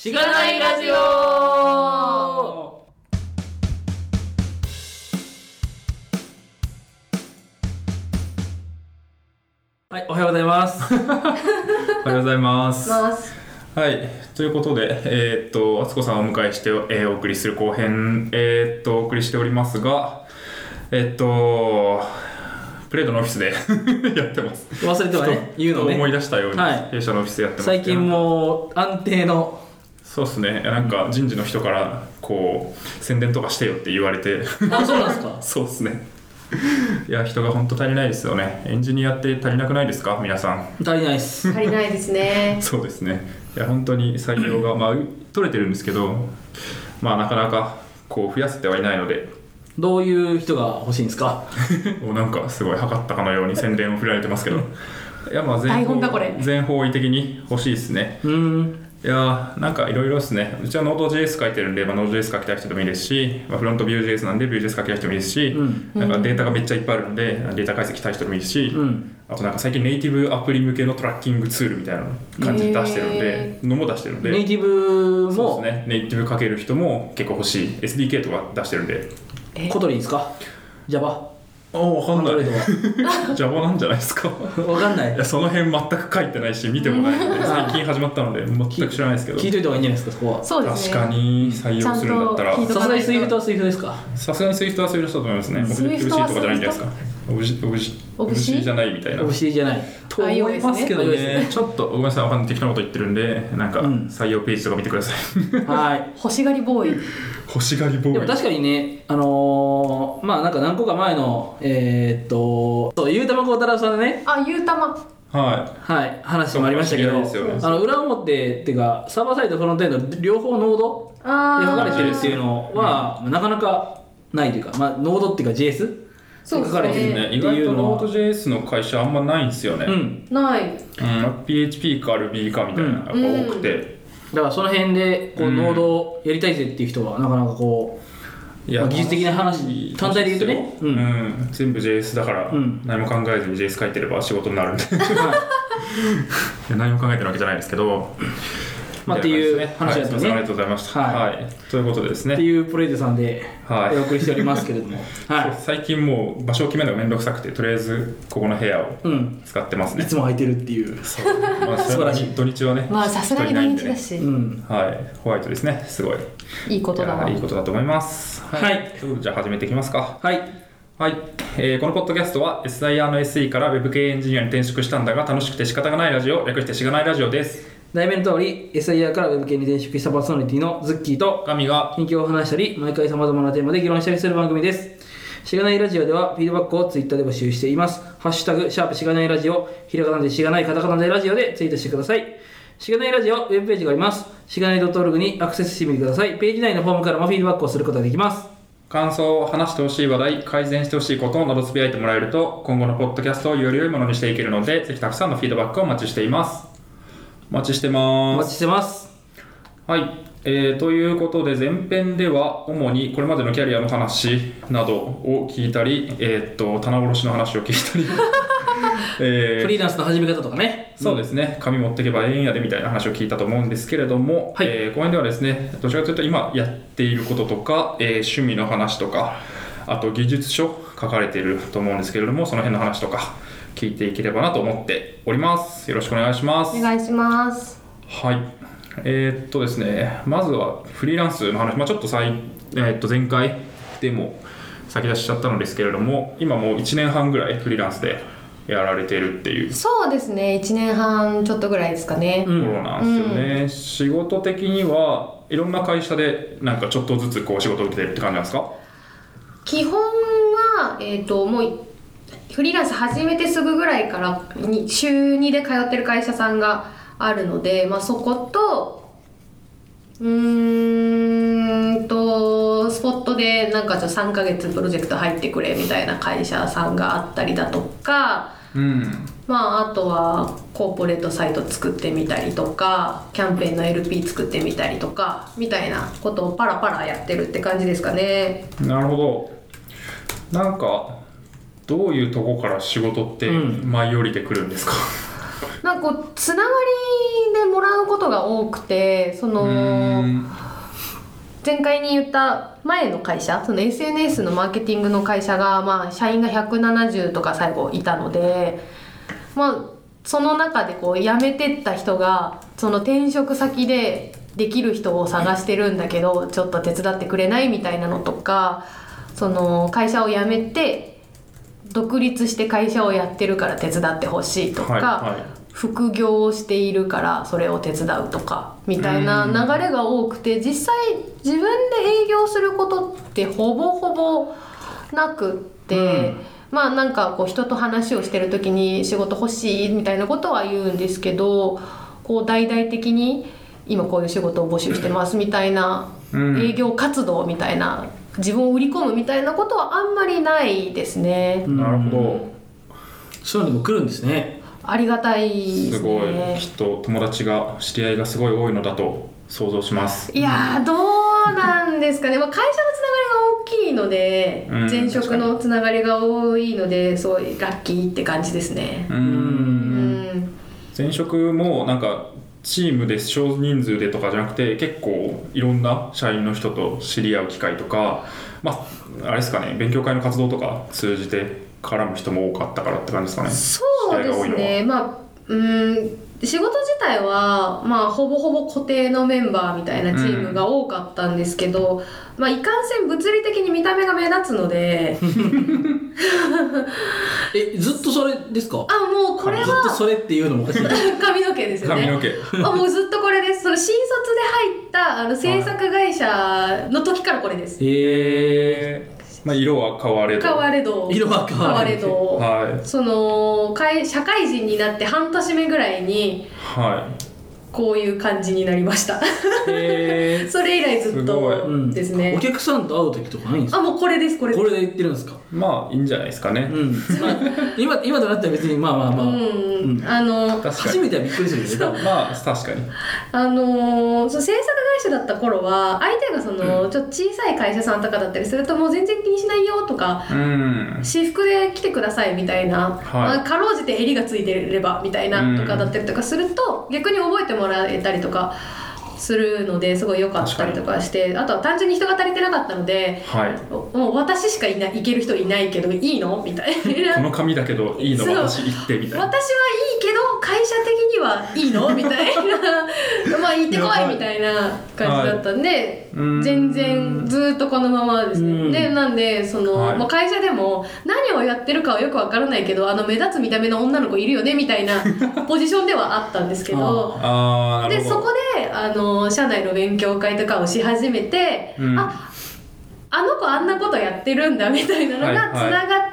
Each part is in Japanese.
しがないラジオ。はい、おはようございます。 おはようございます。はい、ということで、あつこさんをお迎えして、お送りする後編、お送りしておりますが、プレードのオフィスでやってます。 忘れてはね、言うのね。 思い出したように、 はい、 弊社のオフィスでやってます。 最近もう安定の。 そうですね、なんか人事の人からこう宣伝とかしてよって言われてあ、そうなんですか。 そうですね。いや、人が本当足りないですよね。エンジニアって足りなくないですか、皆さん。 足りないです。 足りないですね。 そうですね。いや、本当に採用が、取れてるんですけど、なかなかこう増やせてはいないので。 どういう人が欲しいんですか。 もうなんかすごい測ったかのように宣伝を振られてますけどいや、全方位的に欲しいですね。いや、なんかいろいろですね。うちは Node.js 書いてるんで、Node.js 書きたい人でもいいですし、フロント Vue.js なんで Vue.js 書きたい人でもいいですし、なんかデータがめっちゃいっぱいあるのでデータ解析したい人でもいいですし、あとなんか最近ネイティブアプリ向けのトラッキングツールみたいな感じで出してるので、 ネイティブもそうですね、ネイティブ書ける人も結構欲しい SDK とか出してるんで。 コトリンですか Java。 わかんない。Java なんじゃないですか。 わかんない。 いや、その辺全く書いてないし見てもないので、最近始まったので全く知らないですけど。 聞いといた方がいいんじゃないですか、そこは。 そうですね。 確かに採用するんだったら。 さすがに Swift は Swift ですか。 さすがに Swift は Swift だと思いますね。Objective-C とかじゃないんじゃないですか。Objective-C じゃないみたいな。 Objective-C じゃない。 と思いますけどね。ちょっとごめんなさい、わかんない、適当なこと言ってるんで、なんか採用ページとか見てください。 はい。 欲しがりボーイ。 欲しがりボーイ。 でも確かにね、なんか何個か前のゆうたまこうたらさんのね、 ゆうたま、 はい話もありましたけど、裏表っていうかサーバーサイドフロントエンド両方ノードで書かれてるっていうのは、なかなかないというか、ノードっていうか JS そう書かれてるね。意外と Node.js の会社あんまないんですよね。 ない。 PHP か Ruby かみたいなのが多くて。 だからその辺でこうノードをやりたいぜっていう人はなかなかこう、技術的な話単体で言うとね、 全部 JS だから、何も考えずに JS 書いてれば仕事になるんで何も考えてるわけじゃないですけど、 っていう話だったね。 ありがとうございました。ということでですね、 っていうプレイデさんでお送りしておりますけれども、 最近もう場所を決めるのがめんどくさくて、とりあえずここの部屋を使ってますね。 いつも空いてるっていう。 素晴らしい。土日はね、 さすがに土日だし、 ホワイトですね。すごいいいことだな。 いいことだと思います。じゃあ始めていきますか。このポッドキャストは SIR の SE から Web 系エンジニアに転職したんだが楽しくて仕方がないラジオ、略してしがないラジオです。 題名の通り SIR から Web 系に転職したパーソナリティのズッキーとガミが近況を話したり、毎回様々なテーマで議論したりする番組です。しがないラジオではフィードバックをツイッターで募集しています。ハッシュタグシャープしがないラジオ、ひらがなでしがない、カタカナでラジオでツイートしてください。しがないラジオウェブページがあります。しがない .org にアクセスしてみてください。ページ内のフォームからもフィードバックをすることができます。 感想を話してほしい話題、改善してほしいことなどつぶやいてもらえると、今後のポッドキャストをより良いものにしていけるので、ぜひたくさんのフィードバックをお待ちしています。お待ちしてます。ということで、前編では主にこれまでのキャリアの話などを聞いたり、棚卸しの話を聞いたりフリーランスの始め方とかね。 そうですね、紙持ってけばええんやでみたいな話を聞いたと思うんですけれども、後編ではですね、どちらかというと今やっていることとか、趣味の話とか、あと技術書書かれていると思うんですけれども、その辺の話とか聞いていければなと思っております。よろしくお願いします。 お願いします。 ですね、まずはフリーランスの話、ちょっと前回でも先出しちゃったのですけれども、今もう1年半ぐらいフリーランスでやられてるっていう。 そうですね、1年半ちょっとぐらいですかね。 頃なんですよね。仕事的にはいろんな会社でなんかちょっとずつこう仕事を受けてるって感じなんですか？ 基本は、もうフリーランス始めてすぐぐらいから週2で通ってる会社さんがあるので、そことスポットでなんか3ヶ月プロジェクト入ってくれみたいな会社さんがあったりだとか、あとはコーポレートサイト作ってみたりとか、キャンペーンの LP 作ってみたりとかみたいなことをパラパラやってるって感じですかね。 なるほど。なんかどういうとこから仕事って舞い降りてくるんですか？ なんかこうつながりでもらうことが多くて、その前回に言った前の会社、その SNS のマーケティングの会社が、まあ、社員が170とか最後いたので、まあ、その中でこう辞めてった人がその転職先でできる人を探してるんだけどちょっと手伝ってくれないみたいなのとか、その会社を辞めて独立して会社をやってるから手伝ってほしいとか、はいはい、副業をしているからそれを手伝うとかみたいな流れが多くて、実際自分で営業することってほぼほぼなくって、まあなんかこう人と話をしてる時に仕事欲しいみたいなことは言うんですけど、こう大々的に今こういう仕事を募集してますみたいな営業活動みたいな、自分を売り込むみたいなことはあんまりないですね。 なるほど。 そういうのも来るんですね。 ありがたいですね。 すごい。きっと友達が知り合いがすごい多いのだと想像します。 いやどうなんですかね、まあ、会社のつながりが大きいので、前職のつながりが多いのですごいラッキーって感じですね。 前職もなんかチームで少人数でとかじゃなくて結構いろんな社員の人と知り合う機会とか、まああれですかね、勉強会の活動とか通じて絡む人も多かったからって感じですかね。 そうですね、まあ仕事自体は、まあ、ほぼほぼ固定のメンバーみたいなチームが多かったんですけど、まあ、いかんせん物理的に見た目が目立つのでずっとそれですか？ もうこれはずっとそれっていうのもおかしい髪の毛ですよね。 髪の毛もうずっとこれです。その新卒で入った制作会社の時からこれです。 まあ、色は変われど色は変われど、 はい、 その社会人になって半年目ぐらいに、 はい、 こういう感じになりましたそれ以来ずっとですね。 お客さんと会う時とかないんですか？ もうこれです。これで言ってるんですか？ まあいいんじゃないですかね、 まあ、今となったら別にまあ初めてはびっくりするけどまあ確かに制作会社だった頃は相手がその、ちょっと小さい会社さんとかだったりするともう全然気にしないよとか、私服で来てくださいみたいな、まあ、かろうじて襟がついてればみたいなとかだったりとかすると、逆に覚えてもらえたりとかするのですごい良かったりとかして、あとは単純に人が足りてなかったので、もう私しかいける人いないけどいいのみたいなこの紙だけどいいの私行ってみたいな、 私はいいけど会社的にはいいのみたいなまあ行ってこいみたいな感じだったんで、全然ずっとこのままですね。でなんでその、まあ、会社でも何をやってるかはよくわからないけど目立つ見た目の女の子いるよねみたいなポジションではあったんですけどでそこで社内の勉強会とかをし始めて、あの子あんなことやってるんだみたいなのがつながって、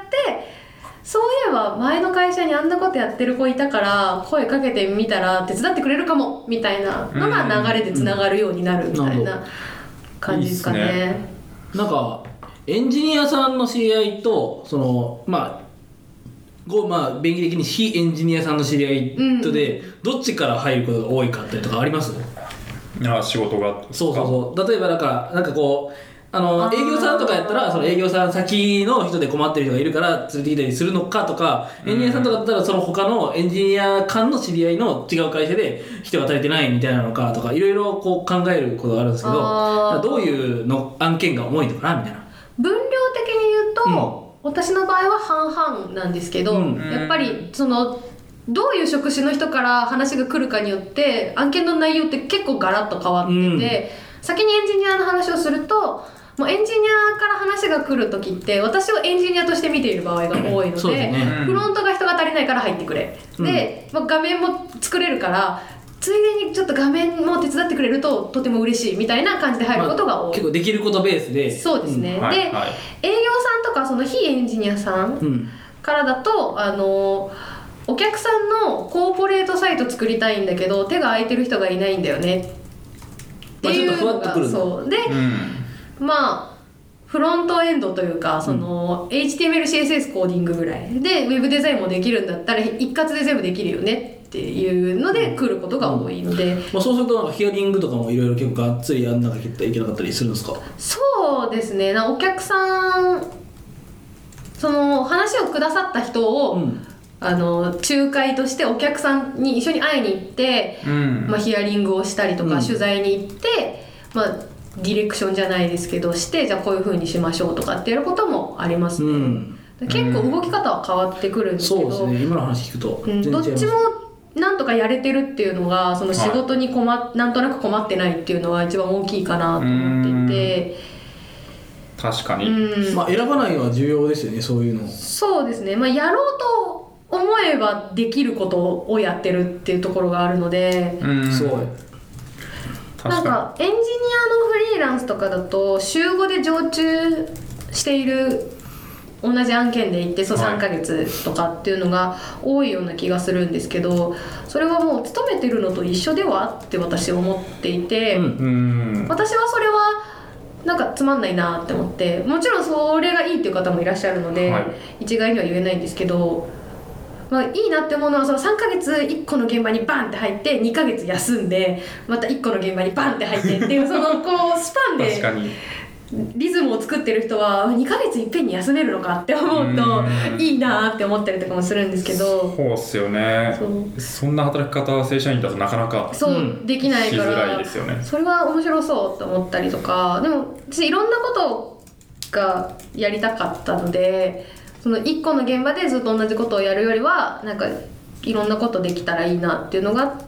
そういえば前の会社にあんなことやってる子いたから声かけてみたら手伝ってくれるかもみたいなのが流れでつながるようになるみたいな感じですかね。 なんかエンジニアさんの知り合いとそのまあ便宜的に非エンジニアさんの知り合いとで、どっちから入ることが多いかってとかあります？ 仕事がそう例えばなんかこう営業さんとかやったらその営業さん先の人で困ってる人がいるから連れてきたりするのかとか、エンジニアさんとかだったらその他のエンジニア間の知り合いの違う会社で人が足りてないみたいなのかとかいろいろこう考えることがあるんですけど、どういうの案件が重いのかなみたいな。 分量的に言うと、私の場合は半々なんですけど、やっぱりそのどういう職種の人から話が来るかによって案件の内容って結構ガラッと変わってて、先にエンジニアの話をするともうエンジニアから話が来る時って私をエンジニアとして見ている場合が多いので、フロントが人が足りないから入ってくれ、で、画面も作れるからついでにちょっと画面も手伝ってくれるととても嬉しいみたいな感じで入ることが多い、 結構できることベースで。 そうですね、で、営業さんとかその非エンジニアさんからだと、お客さんのコーポレートサイト作りたいんだけど手が空いてる人がいないんだよねっていうのが、そうで、まあフロントエンドというかその、HTML CSS コーディングぐらいでウェブデザインもできるんだったら一括で全部できるよねっていうので来ることが多いので、 そうするとなんかヒアリングとかもいろいろ結構がっつりやんなきゃいけなかったりするんですか？ そうですね、お客さんその話をくださった人を、 仲介としてお客さんに一緒に会いに行って、ヒアリングをしたりとか、取材に行って、ディレクションじゃないですけどしてじゃあこういう風にしましょうとかってやることもありますね、結構動き方は変わってくるんですけど、 そうですね、今の話聞くとどっちもなんとかやれてるっていうのがその仕事になんとなく困ってないっていうのは一番大きいかなと思っていて、 確かに、 選ばないのは重要ですよね、そういうの。 そうですね、やろうと思えばできることをやってるっていうところがあるので、 そうなんかエンジニアのフリーランスとかだと週5で常駐している同じ案件で行って3ヶ月とかっていうのが多いような気がするんですけど、それはもう勤めてるのと一緒ではって私は思っていて、私はそれはなんかつまんないなって思って、もちろんそれがいいっていう方もいらっしゃるので、一概には言えないんですけど、いいなって思うのはその3ヶ月1個の現場にバンって入って2ヶ月休んでまた1個の現場にバンって入ってっていうそのスパンで確かにリズムを作ってる人は2ヶ月いっぺんに休めるのかって思うといいなって思ったりとかもするんですけど、 そうっすよね。そんな働き方は正社員だとなかなかできないから、 しづらいですよね。 それは面白そうと思ったりとか、でも私いろんなことがやりたかったので、その1個の現場でずっと同じことをやるよりはなんかいろんなことできたらいいなっていうのがあって、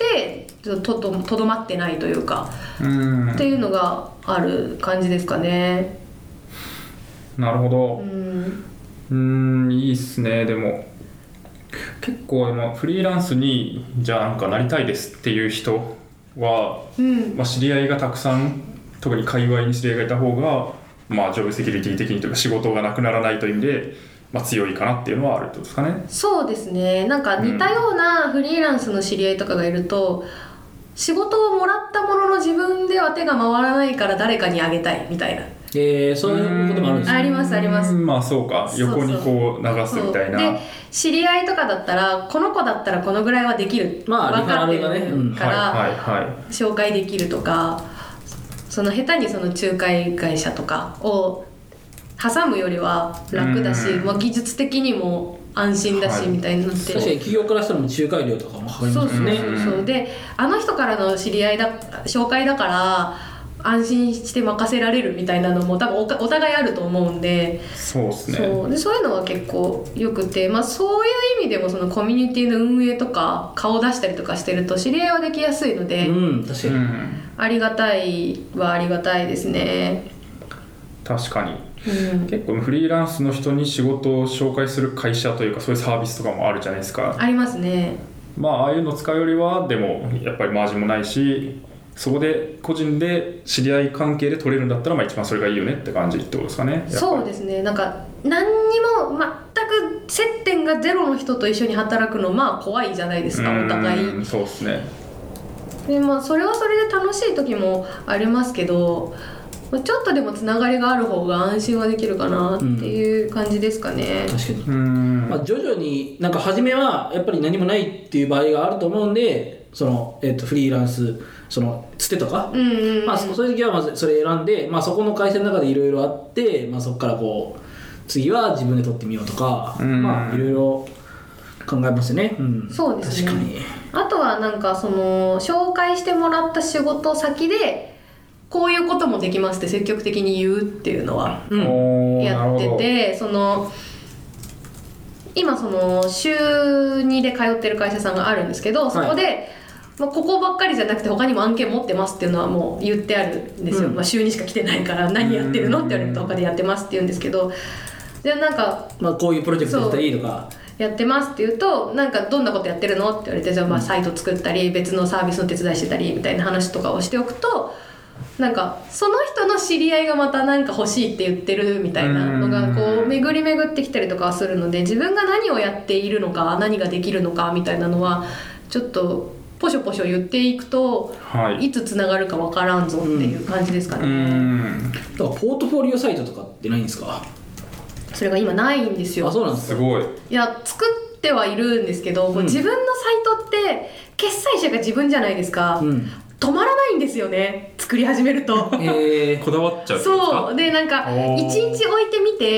とどまってないというかっていうのがある感じですかね。 なるほど。いいっすね。でも結構フリーランスにじゃあなんかなりたいですっていう人は、知り合いがたくさん、特に界隈に知り合いがいた方がジョブセキュリティ的にというか仕事がなくならないという意味で強いかなっていうのはあるってことですかね。 そうですね。なんか似たようなフリーランスの知り合いとかがいると、仕事をもらったものの自分では手が回らないから誰かにあげたいみたいな。 そういうこともあるんですね。 ありますあります。 そうか、横にこう流すみたいな。 で知り合いとかだったらこの子だったらこのぐらいはできる、分かってるから紹介できるとか、その下手にその仲介会社とかを挟むよりは楽だし、技術的にも安心だしみたいになって、 確かに企業からしたら仲介料とかもかかりますよね。 そうで、あの人からの知り合い紹介だから安心して任せられるみたいなのも多分お互いあると思うんで、 そうですね。 そういうのは結構よくて、そういう意味でもそのコミュニティの運営とか顔出したりとかしてると知り合いはできやすいので、 確かにありがたいはありがたいですね。 確かに、結構フリーランスの人に仕事を紹介する会社というかそういうサービスとかもあるじゃないですか。 ありますね。 ああいうの使うよりはでもやっぱりマージンもないし、そこで個人で知り合い関係で取れるんだったら一番それがいいよねって感じってことですかね。 そうですね。なんか何にも全く接点がゼロの人と一緒に働くの怖いじゃないですか、お互い。 そうですね。 でそれはそれで楽しい時もありますけど、ちょっとでもつながりがある方が安心はできるかなっていう感じですかね。 確かに。徐々になんか初めはやっぱり何もないっていう場合があると思うんで、そのフリーランスそのつてとか、そういう時はまずそれ選んで、そこの会社の中でいろいろあって、そこからこう次は自分で取ってみようとか、いろいろ考えますね。 そうですね。 確かに。 あとはなんかその紹介してもらった仕事先でこういうこともできますって積極的に言うっていうのはやってて、今その週2で通ってる会社さんがあるんですけど、そこで、ここばっかりじゃなくて他にも案件持ってますっていうのはもう言ってあるんですよ。週2しか来てないから何やってるのって言われると他でやってますって言うんですけど、でなんか、 こういうプロジェクトやったらいいとかやってますって言うと、なんかどんなことやってるのって言われて、じゃあサイト作ったり別のサービスの手伝いしてたりみたいな話とかをしておくと、なんかその人の知り合いがまた何か欲しいって言ってるみたいなのがこう巡り巡ってきたりとかするので、自分が何をやっているのか何ができるのかみたいなのはちょっとポショポショ言っていくと、いつつながるか分からんぞっていう感じですかね。 だからポートフォリオサイトとかってないんですか？ それが今ないんですよ。 そうなんですか。 すごい。 いや作ってはいるんですけど、自分のサイトって決済者が自分じゃないですか。止まらないんですよね、作り始めると。 こだわっちゃう。 そうでなんか1日置いてみて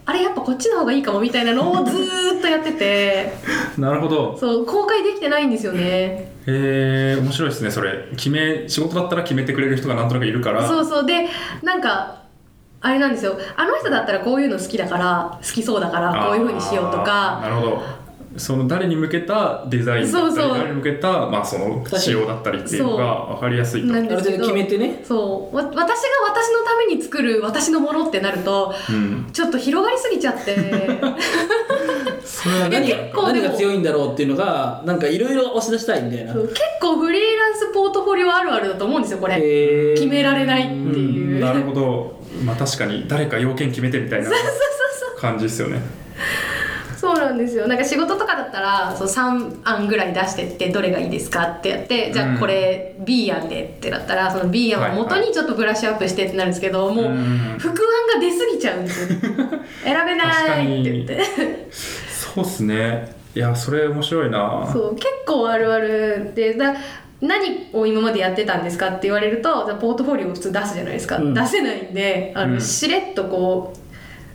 あれやっぱこっちの方がいいかもみたいなのをずーっとやっててなるほど。 そう公開できてないんですよね。 へえ、面白いですねそれ。仕事だったら決めてくれる人がなんとなくいるから。 そうそうでなんかあれなんですよ、あの人だったらこういうの好きだから好きそうだからこういう風にしようとか。 なるほど。その誰に向けたデザインだったり、誰に向けた、まあ、その仕様だったりっていうのが分かりやすいと。 ある程度決めてね。 そう私が私のために作る私のものってなると、ちょっと広がりすぎちゃってそれは何が強いんだろうっていうのがなんかいろいろ押し出したいみたいな。 結構フリーランスポートフォリオあるあるだと思うんですよこれ。決められないっていう。 なるほど。まあ確かに誰か要件決めてみたいな感じですよね。 そうなんですよ。なんか仕事とかだったらそう3案ぐらい出してってどれがいいですかってやって、じゃあこれ B 案でってなったらその B 案を元にちょっとブラッシュアップしてってなるんですけど、もう副案が出過ぎちゃうんですよ選べないって言ってそうっすね。いやそれ面白いな。 そう結構あるあるで何を今までやってたんですかって言われるとポートフォリオを普通出すじゃないですか、出せないんでしれっとこう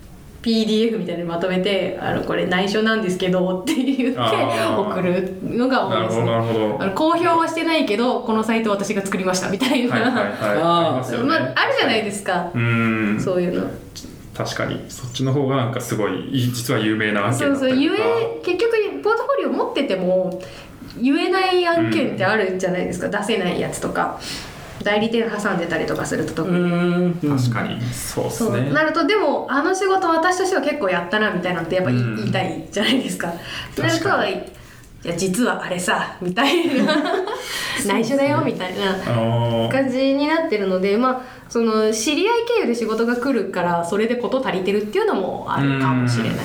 PDF みたいにまとめてこれ内緒なんですけどって言って送るのが多いですね。 なるほど。 公表はしてないけどこのサイト私が作りましたみたいな、あるじゃないですか。そういうの確かにそっちの方がなんかすごい実は有名な案件だったりとか。 結局ポートフォリオ持ってても言えない案件ってあるじゃないですか、出せないやつとか代理店挟んでたりとかすると特に確かにそうっすね。 そうなるとでもあの仕事私としては結構やったなみたいなのってやっぱ言いたいじゃないですか。なるといや実はあれさみたいな内緒だよみたいな感じになってるので、まあその知り合い経由で仕事が来るからそれで事足りてるっていうのもあるかもしれないです。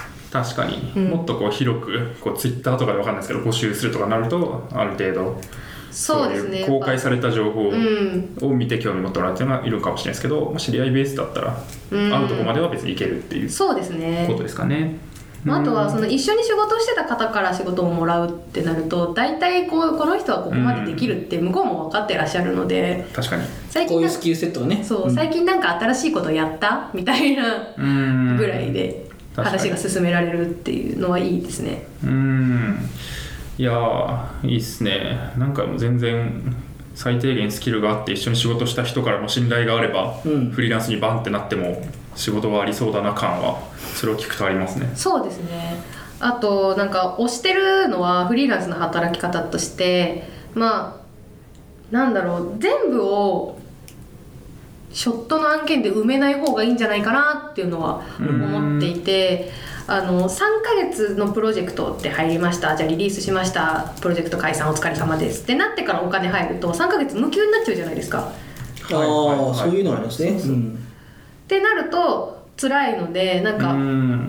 確かに、もっとこう広くツイッターとかで分かんないですけど募集するとかなるとある程度そうですね、 公開された情報を見て興味持ってもらうっていうのはいるかもしれないですけど、知り合いベースだったら会うとこまでは別に行けるっていうそうですねことですかね。 あとはその一緒に仕事をしてた方から仕事をもらうってなると大体この人はここまでできるって向こうも分かってらっしゃるので、 確かに最近こういうスキルセットがね、 最近なんか新しいことやったみたいなぐらいで話が進められるっていうのはいいですね。 いやいいっすね。なんかもう全然最低限スキルがあって一緒に仕事した人からも信頼があれば、フリーランスにバンってなっても仕事はありそうだな感はそれを聞くとありますね。 そうですね。あとなんか推してるのはフリーランスの働き方としてまあなんだろう、全部をショットの案件で埋めない方がいいんじゃないかなっていうのは思っていて、3ヶ月のプロジェクトって入りました、じゃあリリースしました、プロジェクト解散お疲れ様ですってなってからお金入ると3ヶ月無給になっちゃうじゃないですか。 そういうのありますね。 ってなると辛いのでなんか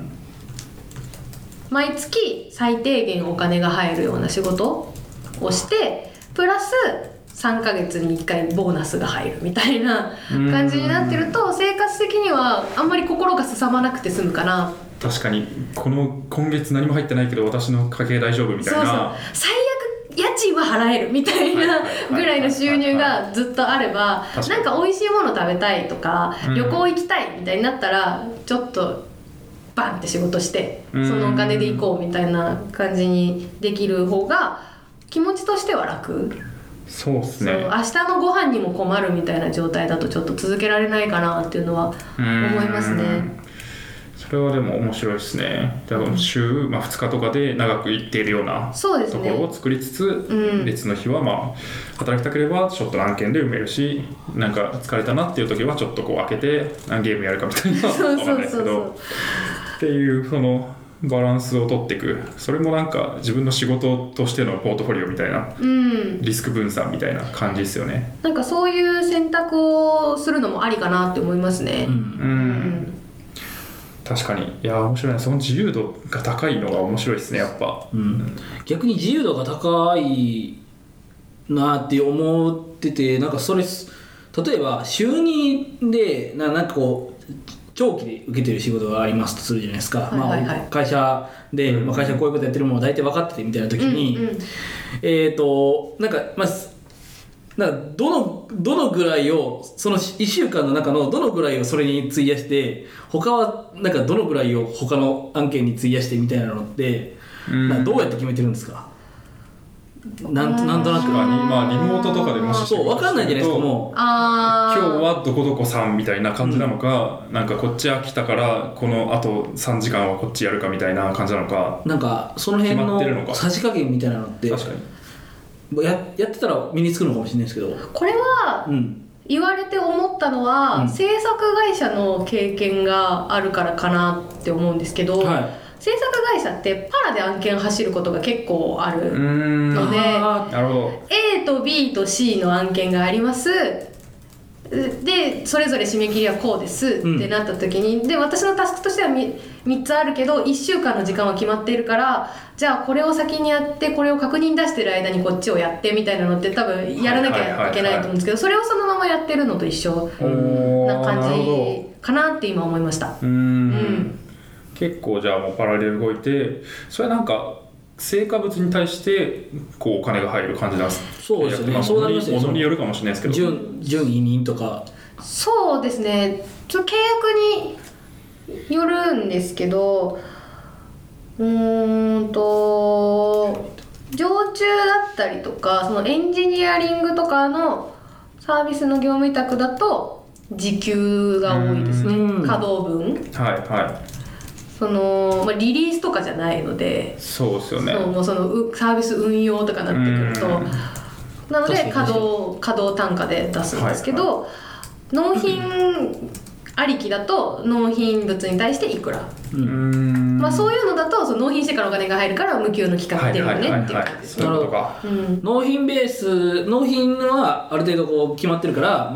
毎月最低限お金が入るような仕事をしてプラス3ヶ月に1回ボーナスが入るみたいな感じになってると生活的にはあんまり心がすさまなくて済むかな。 確かに今月何も入ってないけど私の家計大丈夫みたいな。 最悪家賃は払えるみたいなぐらいの収入がずっとあれば、なんか美味しいもの食べたいとか旅行行きたいみたいになったらちょっとバンって仕事してそのお金で行こうみたいな感じにできる方が気持ちとしては楽。 そうですね。 明日のご飯にも困るみたいな状態だとちょっと続けられないかなっていうのは思いますね。 それはでも面白いですね。多分週、2日とかで長く行っているようなところを作りつつ、別の日は働きたければちょっと案件で埋めるし、なんか疲れたなっていう時はちょっとこう開けてゲームやるかみたいな分かんないですけどっていうそのバランスを取っていく、それもなんか自分の仕事としてのポートフォリオみたいな、リスク分散みたいな感じですよね。 なんかそういう選択をするのもありかなって思いますね。 確かに。いや面白いな。その自由度が高いのが面白いですねやっぱ。 逆に自由度が高いなって思ってて、なんかそれ例えば週2でなんかこう長期で受けてる仕事がありますとするじゃないですか。会社で、会社こういうことやってるものを大体分かっててみたいな時に、なんかどのぐらいをその1週間の中のどのぐらいをそれに費やして他はなんかどのぐらいを他の案件に費やしてみたいなのってどうやって決めてるんですか？なんとなくまあリモートとかでもしそう分かんないじゃないですか。もう今日はどこどこさんみたいな感じなのか、なんかこっちは来たからこのあと3時間はこっちやるかみたいな感じなのか、 なんかその辺のさじ加減みたいなのって確かにやってたら身につくのかもしれないですけど、 これは、言われて思ったのは、制作会社の経験があるからかなって思うんですけど、制作会社ってパラで案件走ることが結構あるので、 なるほど。 A と B と C の案件があります。でそれぞれ締め切りはこうです、ってなった時に、で私のタスクとしては 3つあるけど1週間の時間は決まっているから、じゃあこれを先にやってこれを確認出してる間にこっちをやってみたいなのって多分やらなきゃいけないと思うんですけど、それをそのままやってるのと一緒な感じかなって今思いました。 結構じゃあもうパラレル動いて、それはなんか成果物に対してこうお金が入る感じなんですか？ そうですね。そうなりますよ。 ものによるかもしれないですけど、 準委任とか。 そうですね。契約によるんですけど、常駐だったりとか、そのエンジニアリングとかのサービスの業務委託だと時給が多いですね。稼働分。リリースとかじゃないので、 そうですよね。 もうそのサービス運用とかなってくると、なので稼働単価で出すんですけど、納品ありきだと納品物に対していくら、そういうのだとその納品してからお金が入るから無給の期間が出るよねっていう感じです。 納品ベース、納品はある程度こう決まってるから、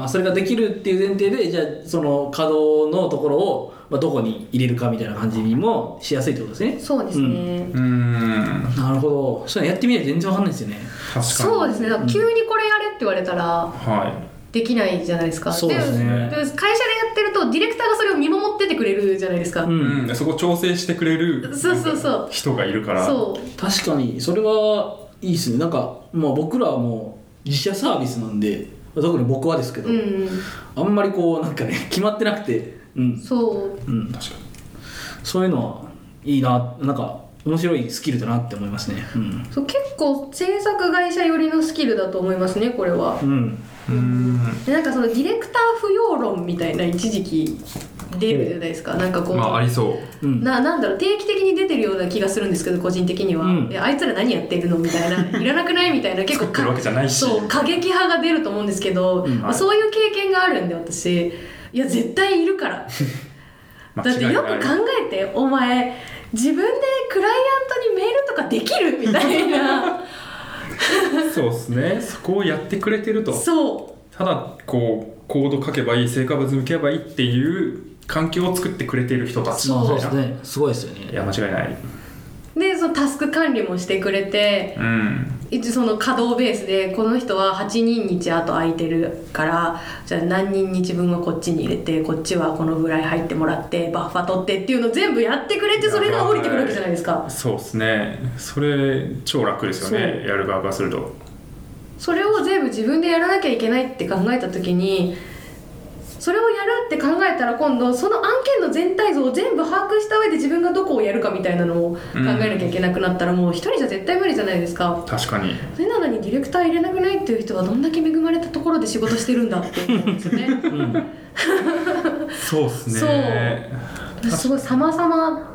それができるっていう前提で、じゃあその稼働のところをどこに入れるかみたいな感じにもしやすいってことですね。 そうですね。 なるほほど。それやってみないと全然わかんないですよね。 確かに。 そうですね。だから急にこれやれって言われたら、できないじゃないですか。 そうですね。 で会社でやってるとディレクターがそれを見守っててくれるじゃないですか。 そこ調整してくれる人がいるから。 確かにそれはいいですね。なんか僕らはもう自社サービスなんで、特に僕はですけど、あんまりこうなんかね決まってなくて、 そう、 確かにそういうのはいいな、なんか面白いスキルだなって思いますね。 そう結構制作会社寄りのスキルだと思いますね、これは。でなんかそのディレクター不要論みたいな一時期出るじゃないですか。なんかこう、 ありそう。 なんだろう、定期的に出てるような気がするんですけど、個人的には、あいつら何やってるのみたいな、いらなくないみたいな、結構そう過激派が出ると思うんですけど、そういう経験があるんで、私いや絶対いるからだってよく考えて、お前自分でクライアントにメールとかできるみたいなそうですね。そこをやってくれてると。 そうただこうコード書けばいい、成果物向けばいいっていう環境を作ってくれている人たち。 そうですね。すごいですよね。 いや間違いない。 でそのタスク管理もしてくれて、一応その稼働ベースでこの人は8人日あと空いてるから、じゃあ何人日分はこっちに入れて、こっちはこのぐらい入ってもらってバッファ取ってっていうのを全部やってくれて、それが降りてくるわけじゃないですか。 そうですね。それ超楽ですよね、やる側からすると。 それを全部自分でやらなきゃいけないって考えた時に、それをやるって考えたら、今度その案件の全体像を全部把握した上で自分がどこをやるかみたいなのを考えなきゃいけなくなったら、もう一人じゃ絶対無理じゃないですか。 確かに。 それなのにディレクター入れなくないっていう人はどんだけ恵まれたところで仕事してるんだって思うんですよね。 そうですね。 そうすごい様々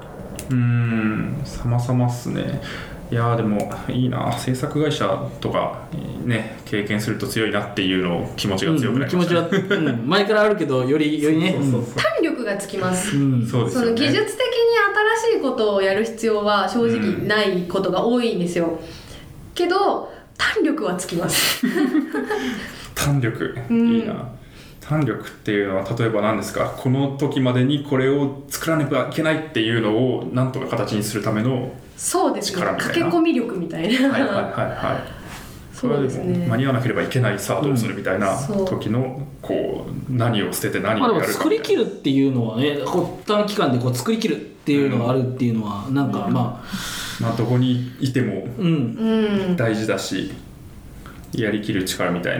っすね。いやでもいいな、制作会社とかね経験すると強いなっていうのを気持ちが強くなりました、 気持ちは、前からあるけどよりね、 胆力がつきます。 そうですよね。 その技術的に新しいことをやる必要は正直ないことが多いんですよ、けど胆力はつきます胆力、いいな。胆力っていうのは例えば何ですか？この時までにこれを作らなきゃいけないっていうのをなんとか形にするためのそうですね、駆け込み力みたいなそうですね。間に合わなければいけない、さあどうするみたいな時のこう何を捨てて何をやるか、 作り切るっていうのはね、短期間でこう作り切るっていうのがあるっていうのはなんかどこにいても大事だし、やりきる力みたいな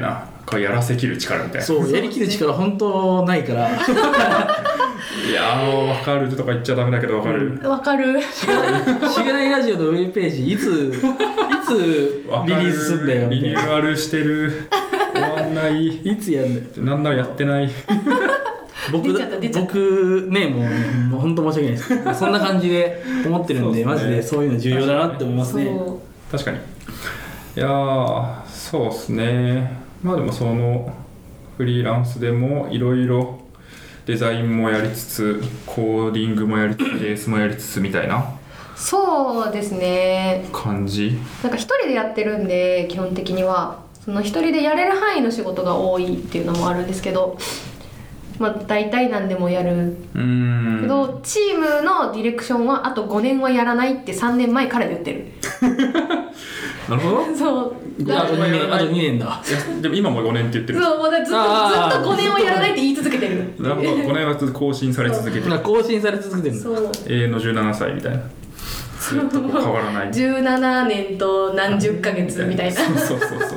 これやらせきる力みたいな。 そうやりきる力本当ないからいやー分かるとか言っちゃダメだけど分かる、 分かる。 しがないラジオのウェブページいつリリースすんだよみたいな。 リニューアルしてる終わんないいつやんだよ。 なんならやってない僕ねもう本当申し訳ないですそんな感じで思ってるんで、マジでそういうの重要だなって思いますね。 確かに。いやーそうですね。まあでもそのフリーランスでもいろいろデザインもやりつつコーディングもやりつつベースもやりつつみたいなそうですね。 感じ。 なんか一人でやってるんで基本的にはその一人でやれる範囲の仕事が多いっていうのもあるんですけど、まあ大体何でもやるけど、チームのディレクションはあと5年はやらないって3年前から言ってるなるほど。 そうあと2年だ。 でも今も5年って言ってる。 そう、もうずっと5年はやらないって言い続けてる。 なるほど。5年は更新され続けてる。 更新され続けてる。 そう。 永遠の17歳みたいな。ずっと変わらない。 17年と何十ヶ月みたいな。 そう。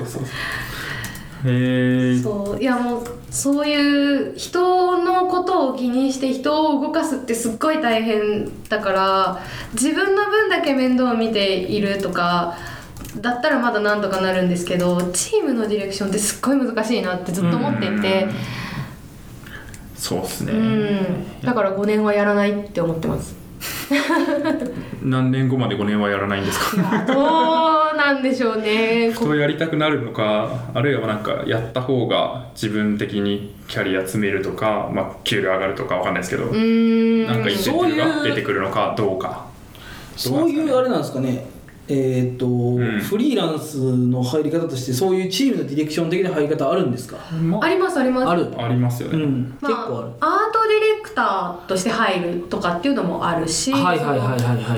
そういやもうそういう人のことを気にして人を動かすってすっごい大変だから、自分の分だけ面倒を見ているとかだったらまだなんとかなるんですけど、チームのディレクションってすっごい難しいなってずっと思っていて、 そうですね。 だから5年はやらないって思ってます何年後まで5年はやらないんですか？ どうなんでしょうね。 人をやりたくなるのか、あるいはなんかやった方が自分的にキャリア積めるとか、まあ、給料上がるとかわかんないですけど、なんかインセンティブが出てくるのかどうか。 そういうあれなんですかね。フリーランスの入り方としてそういうチームのディレクション的な入り方あるんですか？ ありますあります。 あるありますよね、 まあ、 結構ある。 アートディレクターとして入るとかっていうのもあるし、 はいぼんや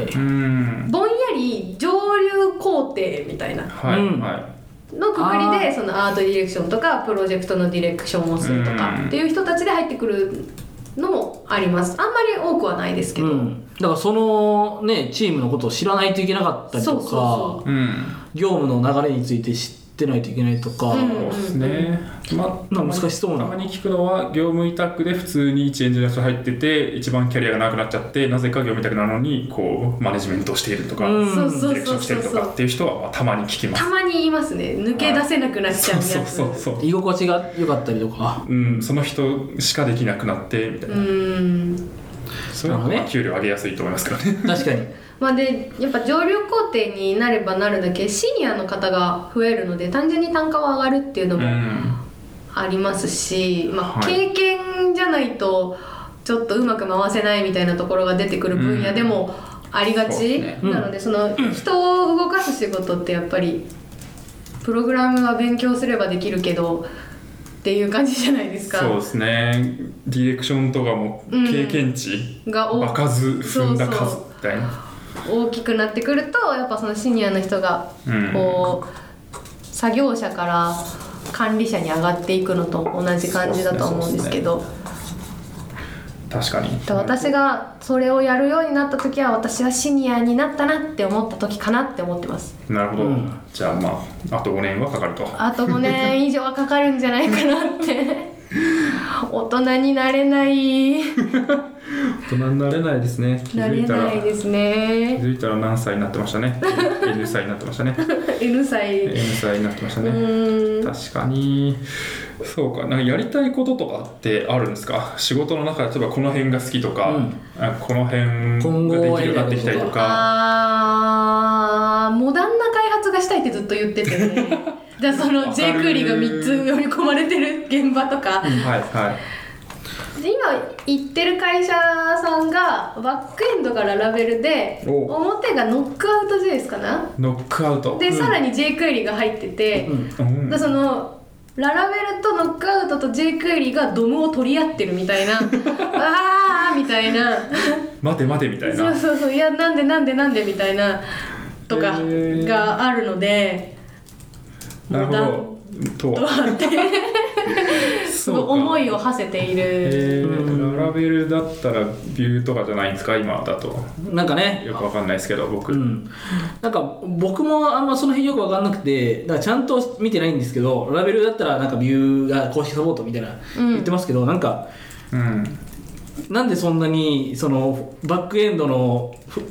り上流工程みたいなのくくりでそのアートディレクションとかプロジェクトのディレクションをするとかっていう人たちで入ってくるのもあります。あんまり多くはないですけど、 だからそのねチームのことを知らないといけなかったりとか、業務の流れについて知ってないといけないとか、 そうですね。まあ難しそうな。 たまに聞くのは業務委託で普通に一エンジニアと入ってて一番キャリアがなくなっちゃってなぜか業務委託なのにこうマネジメントをしているとか、ディレクションしてるとかっていう人はたまに聞きます。 たまに言いますね。抜け出せなくなっちゃうやつ。 そう居心地が良かったりとか、 その人しかできなくなってみたいな。そういうのは給料上げやすいと思いますけどね。 確かに。 まあでやっぱ上流工程になればなるだけシニアの方が増えるので単純に単価は上がるっていうのもありますし、まあ、経験じゃないとちょっとうまく回せないみたいなところが出てくる分野でもありがち、なのでその人を動かす仕事ってやっぱりプログラムは勉強すればできるけどっていう感じじゃないですか。 そうですね。ディレクションとかも経験値、場数踏んだ数みたいな大きくなってくるとやっぱそのシニアの人がこう、作業者から管理者に上がっていくのと同じ感じだと思うんですけど、 確かに私がそれをやるようになった時は私はシニアになったなって思った時かなって思ってます。 なるほど、じゃあまああと5年はかかると。 あと5年以上はかかるんじゃないかなって大人になれない大人になれないですね。気づいたらなれないですね。 気づいたら何歳になってましたね。N 歳になってましたね。 N 歳になってましたね。確かにそうか。なんかやりたいこととかってあるんですか？仕事の中で例えばこの辺が好きとか、この辺ができるようになってきたりとか。 モダンな開発がしたいってずっと言っててねじゃあその J クエリが3つ読み込まれてる現場とか、で今行ってる会社さんがバックエンドからラベルで表がノックアウト JS かな、 ノックアウトで、さらに J クエリが入ってて、でそのララベルとノックアウトと J クエリがドムを取り合ってるみたいなあーみたいな待てみたいな、 そういやなんでみたいなとかがあるので、 なるほどとあってすごい思いを馳せている。 ララベルだったらビューとかじゃないんですか今だと。 なんかねよくわかんないですけど僕、 なんか僕もあんまその辺よくわかんなくて、だからちゃんと見てないんですけど、ラベルだったらなんかビューが公式サポートみたいな言ってますけど、なんか、なんでそんなにそのバックエンドの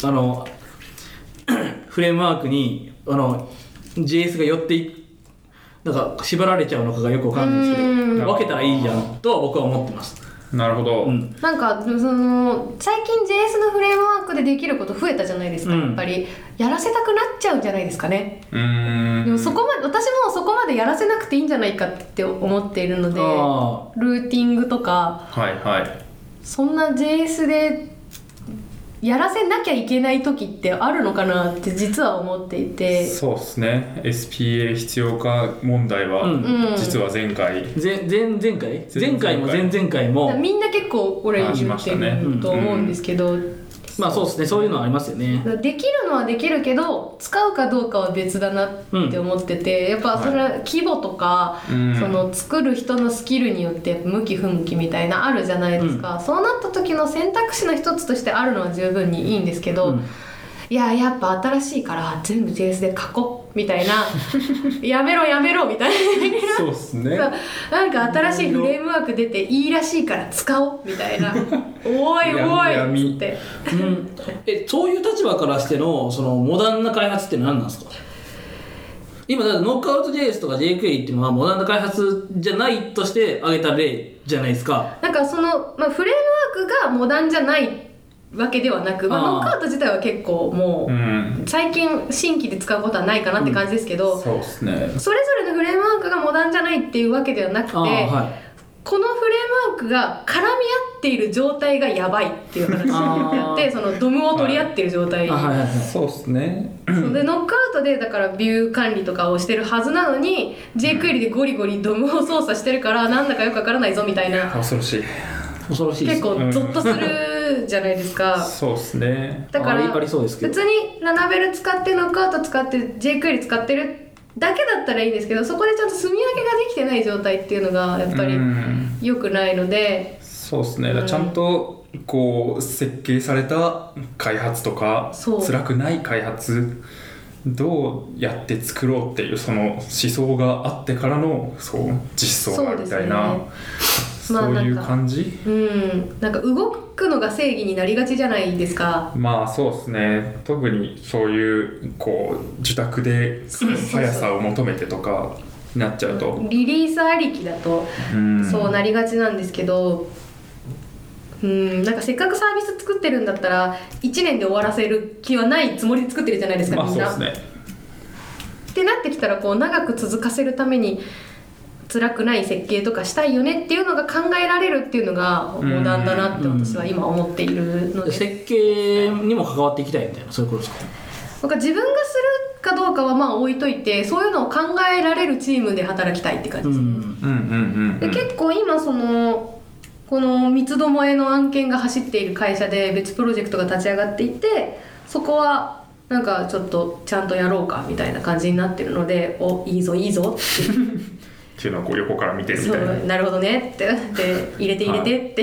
フレームワークにJS が寄ってなんか縛られちゃうのかがよくわかんないですけど、分けたらいいじゃんとは僕は思ってます。 なるほど、 なんか最近 JS のフレームワークでできること増えたじゃないですか、やっぱりやらせたくなっちゃうんじゃないですかね。でも私もそこまでやらせなくていいんじゃないかって思っているので、ルーティングとか、そんな JS でやらせなきゃいけない時ってあるのかなって実は思っていて。 そうですね。 SPA 必要か問題は、実は前回前回も前々回もみんな結構これ言ってると思うんですけど、 まあそうですね、そういうのはありますよね。 できるのはできるけど使うかどうかは別だなって思ってて、やっぱそれは規模とか、その作る人のスキルによって向き不向きみたいなあるじゃないですか、そうなった時の選択肢の一つとしてあるのは十分にいいんですけど、いややっぱ新しいから全部 JS で書こうみたいなやめろみたいなそうっすね。 なんか新しいフレームワーク出ていいらしいから使おうみたいなおいっつって、 そういう立場からしてのそのモダンな開発って何なんですか？今だからノックアウト JS とか JQuery っていうのはモダンな開発じゃないとして挙げた例じゃないですか。 なんかその、フレームワークがモダンじゃないわけではなく、ノックアウト自体は結構もう、最近新規で使うことはないかなって感じですけど、 そうですね。 それぞれのフレームワークがモダンじゃないっていうわけではなくて、このフレームワークが絡み合っている状態がやばいっていう話であって、そのドムを取り合ってる状態、 そうですね。 でノックアウトでだからビュー管理とかをしてるはずなのに JQuery でゴリゴリドムを操作してるからなんだかよくわからないぞみたいな、 恐ろしいです。 結構ゾッとするじゃないですか。 そうですね。 だからありそうですけど、 普通にララベル使ってノックアウト使って JQuery 使ってるだけだったらいいんですけど、そこでちゃんと積み上げができてない状態っていうのがやっぱり良くないので、 そうですね。ちゃんとこう設計された開発とか辛くない開発どうやって作ろうっていうその思想があってからの実装がみたいな、そういう感じ、 なんか動くのが正義になりがちじゃないですか。 まあそうですね。特にそういうこう受託で速さを求めてとかになっちゃうと、 リリースありきだとそうなりがちなんですけど、なんかせっかくサービス作ってるんだったら1年で終わらせる気はないつもりで作ってるじゃないですか、みんな。 そうですね。 ってなってきたらこう長く続かせるために辛くない設計とかしたいよねっていうのが考えられるっていうのがモダンだなって私は今思っているので、 設計にも関わっていきたいみたいな、そういうことですか？ なんか自分がするかどうかはまあ置いといて、そういうのを考えられるチームで働きたいって感じですね。で結構今この三つどもえの案件が走っている会社で別プロジェクトが立ち上がっていて、そこはなんかちょっとちゃんとやろうかみたいな感じになってるので、いいぞっていうのをこう横から見てるみたいな。 なるほどねって入れてって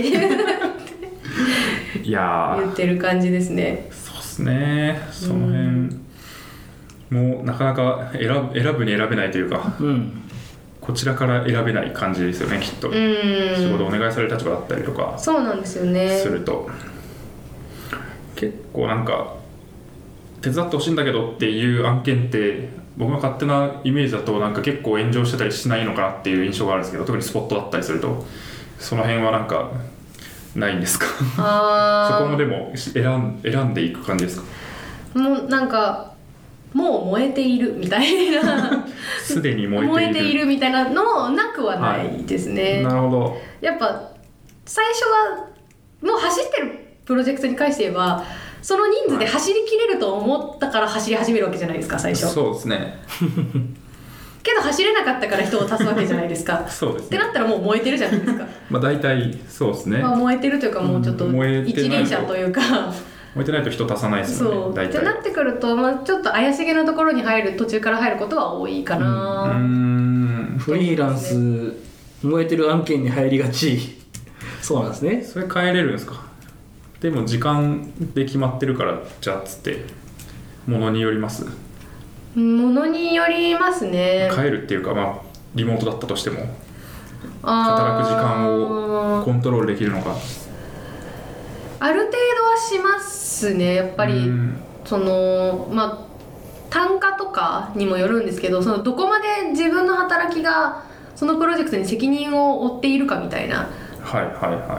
いや言ってる感じですね。 そうですね。その辺もうなかなか選ぶに選べないというか、こちらから選べない感じですよね、きっと。仕事お願いされる立場だったりとか、 そうなんですよね。 すると結構なんか手伝ってほしいんだけどっていう案件って僕の勝手なイメージだとなんか結構炎上してたりしないのかなっていう印象があるんですけど、特にスポットだったりするとその辺はなんかないんですか？そこもでも選んでいく感じですか？ もうなんかもう燃えているみたいなすでに燃えているみたいなのもなくはないですね。 なるほど。 やっぱ最初はもう走ってるプロジェクトに関して言えばその人数で走りきれると思ったから走り始めるわけじゃないですか、最初。 そうですねけど走れなかったから人を足すわけじゃないですかそうですね。 ってなったらもう燃えてるじゃないですかまあ大体そうですね、 燃えてるというかもうちょっと一輪車というか燃えてないと人足さないですよね。 そうってなってくると、ちょっと怪しげなところに途中から入ることは多いかな。 フリーランス燃えてる案件に入りがち。そうなんですね。 それ変えれるんですか？でも時間で決まってるからじゃあっつってものによります？ ものによりますね。 変えるっていうか、まあリモートだったとしても働く時間をコントロールできるのか。 ある程度はしますね、やっぱり。そのまあ単価とかにもよるんですけど、そのどこまで自分の働きがそのプロジェクトに責任を負っているかみたいな。 はいはいはい。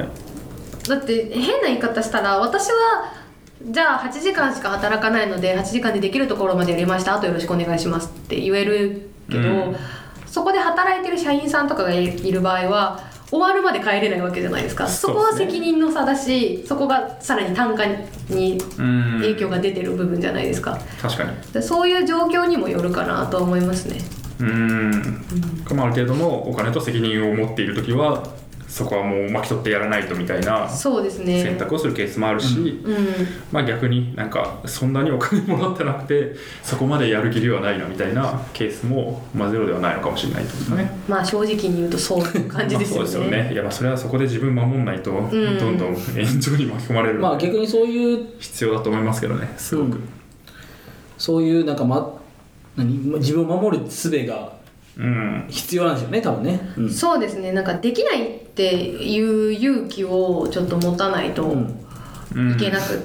だって変な言い方したら、私はじゃあ8時間しか働かないので8時間でできるところまでやりました、あとよろしくお願いしますって言えるけど、そこで働いてる社員さんとかがいる場合は終わるまで帰れないわけじゃないですか。そこは責任の差だし、そこがさらに単価に影響が出てる部分じゃないですか。 確かに。 そういう状況にもよるかなと思いますね。 ある程度のお金と責任を持っているときはそこはもう巻き取ってやらないとみたいな選択をするケースもあるし、まあ逆になんかそんなにお金もらってなくてそこまでやる気ではないなみたいなケースもゼロではないのかもしれないですかね。 まあ正直に言うとそういう感じですよね。 そうですよね。いやまあそれはそこで自分守んないとどんどん炎上に巻き込まれる。 まあ逆にそういう必要だと思いますけどね、すごく。 そういうなんか自分を守る術が必要なんですよね、多分ね。 そうですね。なんかできないっていう勇気をちょっと持たないといけなくって、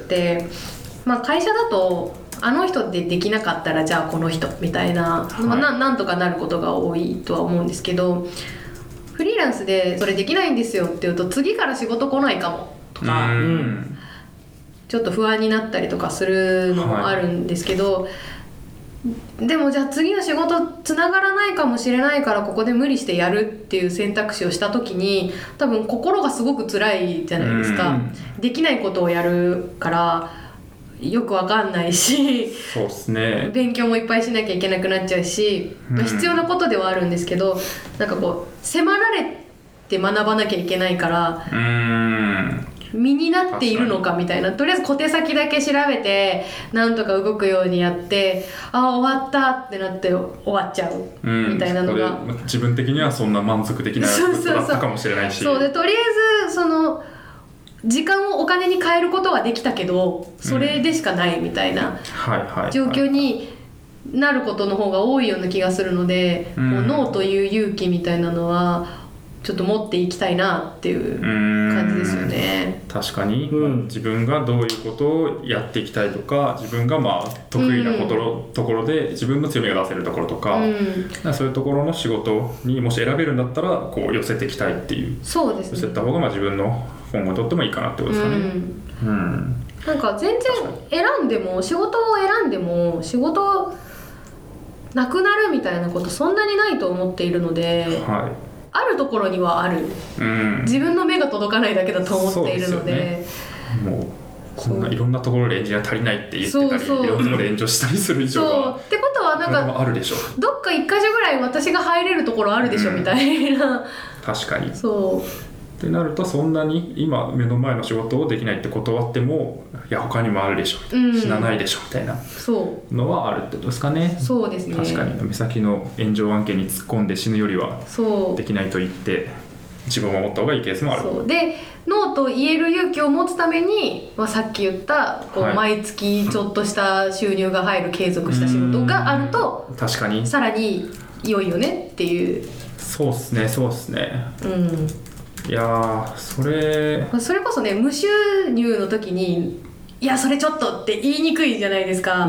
まあ会社だとあの人でできなかったらじゃあこの人みたいな、なんとかなることが多いとは思うんですけど、フリーランスでそれできないんですよって言うと次から仕事来ないかもとか、ちょっと不安になったりとかするのもあるんですけど、でもじゃあ次の仕事つながらないかもしれないからここで無理してやるっていう選択肢をした時に多分心がすごく辛いじゃないですか。できないことをやるからよくわかんないし、 そうですね、 勉強もいっぱいしなきゃいけなくなっちゃうし、必要なことではあるんですけど、なんかこう迫られて学ばなきゃいけないから身になっているのかみたいな、とりあえず小手先だけ調べてなんとか動くようにやって終わったってなって終わっちゃうみたいなのが、 自分的にはそんな満足できないことだったかもしれないし、 そうでとりあえずその時間をお金に変えることはできたけどそれでしかないみたいな状況になることの方が多いような気がするので、もうノーという勇気みたいなのはちょっと持っていきたいなっていう感じですよね。 確かに、自分がどういうことをやっていきたいとか、自分がまあ得意なところで自分の強みが出せるところとか、そういうところの仕事にもし選べるんだったらこう寄せていきたいっていう、 そうですね、 寄せた方がまあ自分の今後にとってもいいかなってことですかね。 なんか全然選んでも仕事を選んでも仕事なくなるみたいなことそんなにないと思っているので、あるところにはある、自分の目が届かないだけだと思っているので、 もうこんないろんなところでエンジニア足りないって言ってたり、いろんなところで炎上したりする以上はってことはなんかあるでしょ、 どっか一箇所ぐらい私が入れるところあるでしょ、みたいな。 確かに。 そうってなると、そんなに今目の前の仕事をできないって断っても、いや他にもあるでしょ、死なないでしょみたいなのはあるってことですかね。 そうですね。 確かに目先の炎上案件に突っ込んで死ぬよりはできないと言って自分を守った方がいいケースもある。 そうでノーと言える勇気を持つために、さっき言ったこう、毎月ちょっとした収入が入る継続した仕事があると、 確かにさらに良いよねっていう。 そうっすね、そうっすね。いやそれこそね、無収入の時にいやそれちょっとって言いにくいじゃないですか。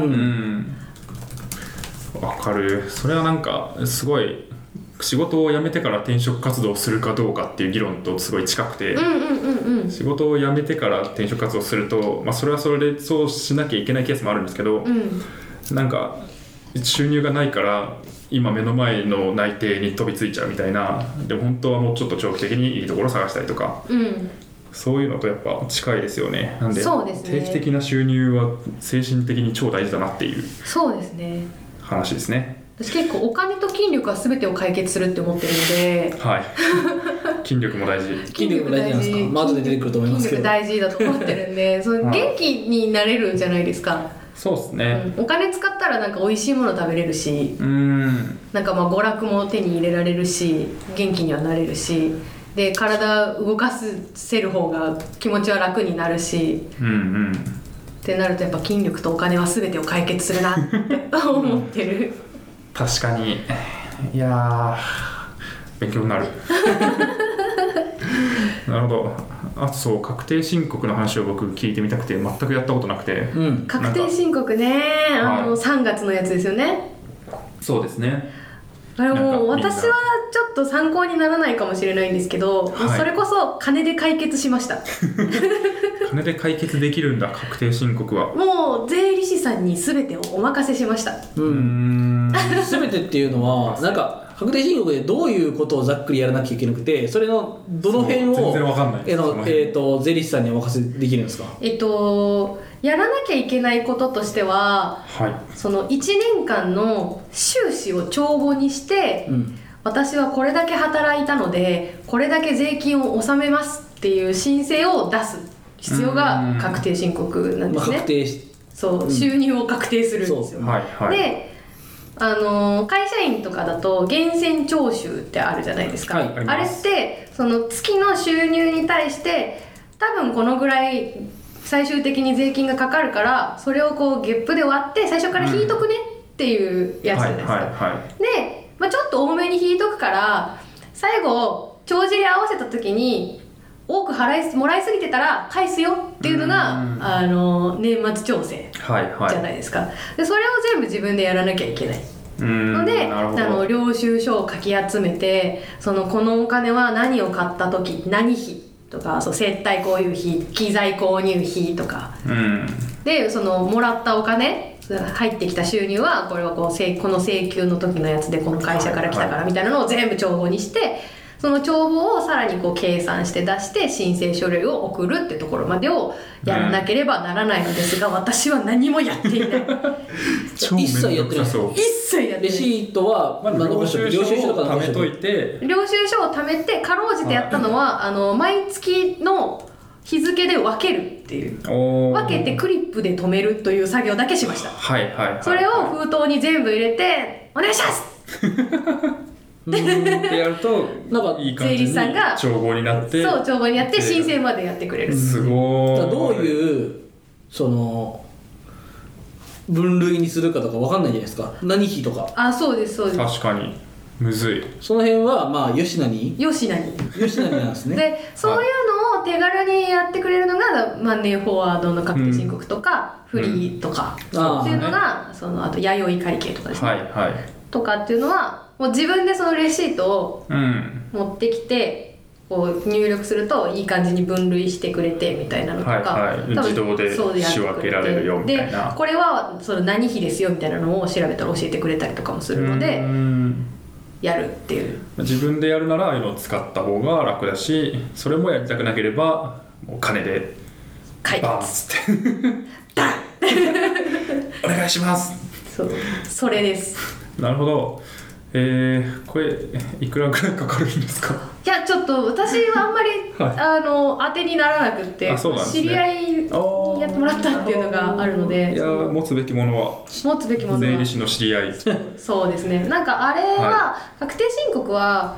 わかる。それはなんかすごい仕事を辞めてから転職活動をするかどうかっていう議論とすごい近くて、仕事を辞めてから転職活動すると、それはそれでそうしなきゃいけないケースもあるんですけど、なんか収入がないから今目の前の内定に飛びついちゃうみたいな、でも本当はもうちょっと長期的にいいところを探したりとか、そういうのとやっぱ近いですよね。なんで定期的な収入は精神的に超大事だなっていう話ですね。 私結構お金と筋力は全てを解決するって思ってるので、 筋力も大事。 筋力も大事なんですか。後で出てくると思いますけど、 筋力大事だと思ってるんでその元気になれるじゃないですか。 そうですね、 お金使ったらなんか美味しいもの食べれるし、なんかまあ娯楽も手に入れられるし元気にはなれるし、で体動かせる方が気持ちは楽になるし、ってなるとやっぱ筋力とお金は全てを解決するなって思ってる。 確かに。いやー勉強になる。なるほど。あとそう確定申告の話を僕聞いてみたくて全くやったことなくて、 確定申告ね、3月のやつですよね。 そうですね。 あれもう私はちょっと参考にならないかもしれないんですけど、それこそ金で解決しました。 金で解決できるんだ確定申告は。 もう税理士さんに全てをお任せしました。 全てっていうのはなんか確定申告でどういうことをざっくりやらなきゃいけなくて、それのどの辺を全然わかんないです。 税理士さんにお任せできるんですか？ やらなきゃいけないこととしては、その1年間の収支を帳簿にして、私はこれだけ働いたのでこれだけ税金を納めますっていう申請を出す必要が確定申告なんですね。 確定収入を確定するんですよ。で会社員とかだと源泉徴収ってあるじゃないですか、あれってその月の収入に対して多分このぐらい最終的に税金がかかるからそれをこうゲップで割って最初から引いとくねっていうやつじゃないですか。で、ちょっと多めに引いとくから最後帳尻合わせた時に多くもらいすぎてたら返すよっていうのが年末調整じゃないですか。でそれを全部自分でやらなきゃいけないので、領収書をかき集めてこのお金は何を買った時何費とか接待交流費機材購入費とか、でもらったお金入ってきた収入はこれはこの請求の時のやつでこの会社から来たからみたいなのを全部帳簿にして、その帳簿をさらに計算して出して申請書類を送るってところまでをやらなければならないのですが、私は何もやっていない。 一切やってない。 一切やってない。 レシートは、 領収書を貯めといて、 領収書を貯めてかろうじてやったのは毎月の日付で分けるっていう分けてクリップで留めるという作業だけしました。それを封筒に全部入れてお願いしますってやるとなんかいい感じに帳簿になって、 そう帳簿になって申請までやってくれる。 すごい。 どういう分類にするかとか分かんないじゃないですか。何費とか。 そうですそうです。 確かにむずい。 その辺は吉名になんですね。 でそういうのを手軽にやってくれるのがマネーフォワードの確定申告とか、フリーとかっていうのが、あと弥生会計とかですね、とかっていうのはもう自分でそのレシートを持ってきて、こう入力するといい感じに分類してくれてみたいなのとか、 自動で仕分けられるよみたいな。 でこれは何費ですよみたいなのを調べたら教えてくれたりとかもするのでやるっていう。 自分でやるならああいうのを使った方が楽だし、それもやりたくなければもう金でバーンってダンお願いします。 それです。 なるほど。これいくらぐらいかかるんですか？ いやちょっと私はあんまり、当てにならなくって、知り合いにやってもらったっていうのがあるので、 いや持つべきものは税理士の知り合い。 そうですね。なんかあれは、確定申告は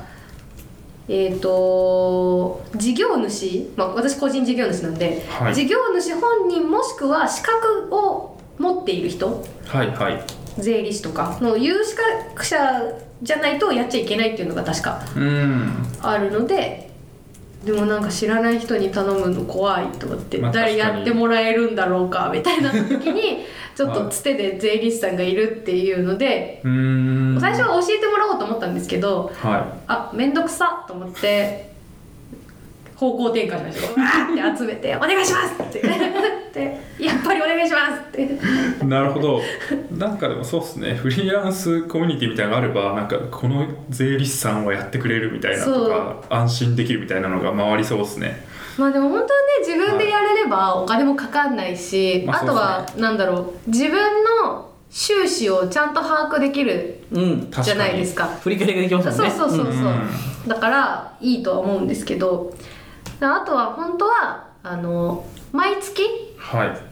事業主、私個人事業主なんで、事業主本人もしくは資格を持っている人、税理士とかの有資格者じゃないとやっちゃいけないっていうのが確かあるので、でもなんか知らない人に頼むの怖いと思って、誰やってもらえるんだろうかみたいな時にちょっとつてで税理士さんがいるっていうので、最初は教えてもらおうと思ったんですけど、めんどくさと思って方向転換しました。わーって集めてお願いしますってやっぱりお願いしますってなるほど。なんかでもそうっすね、フリーランスコミュニティみたいなのがあれば、なんかこの税理士さんはやってくれるみたいなとか安心できるみたいなのが回りそうっすね。 でも本当はね、自分でやれればお金もかかんないし、あとは自分の収支をちゃんと把握できるじゃないですか。 振り返りができますもんね。 そうだからいいとは思うんですけど、あとは本当は毎月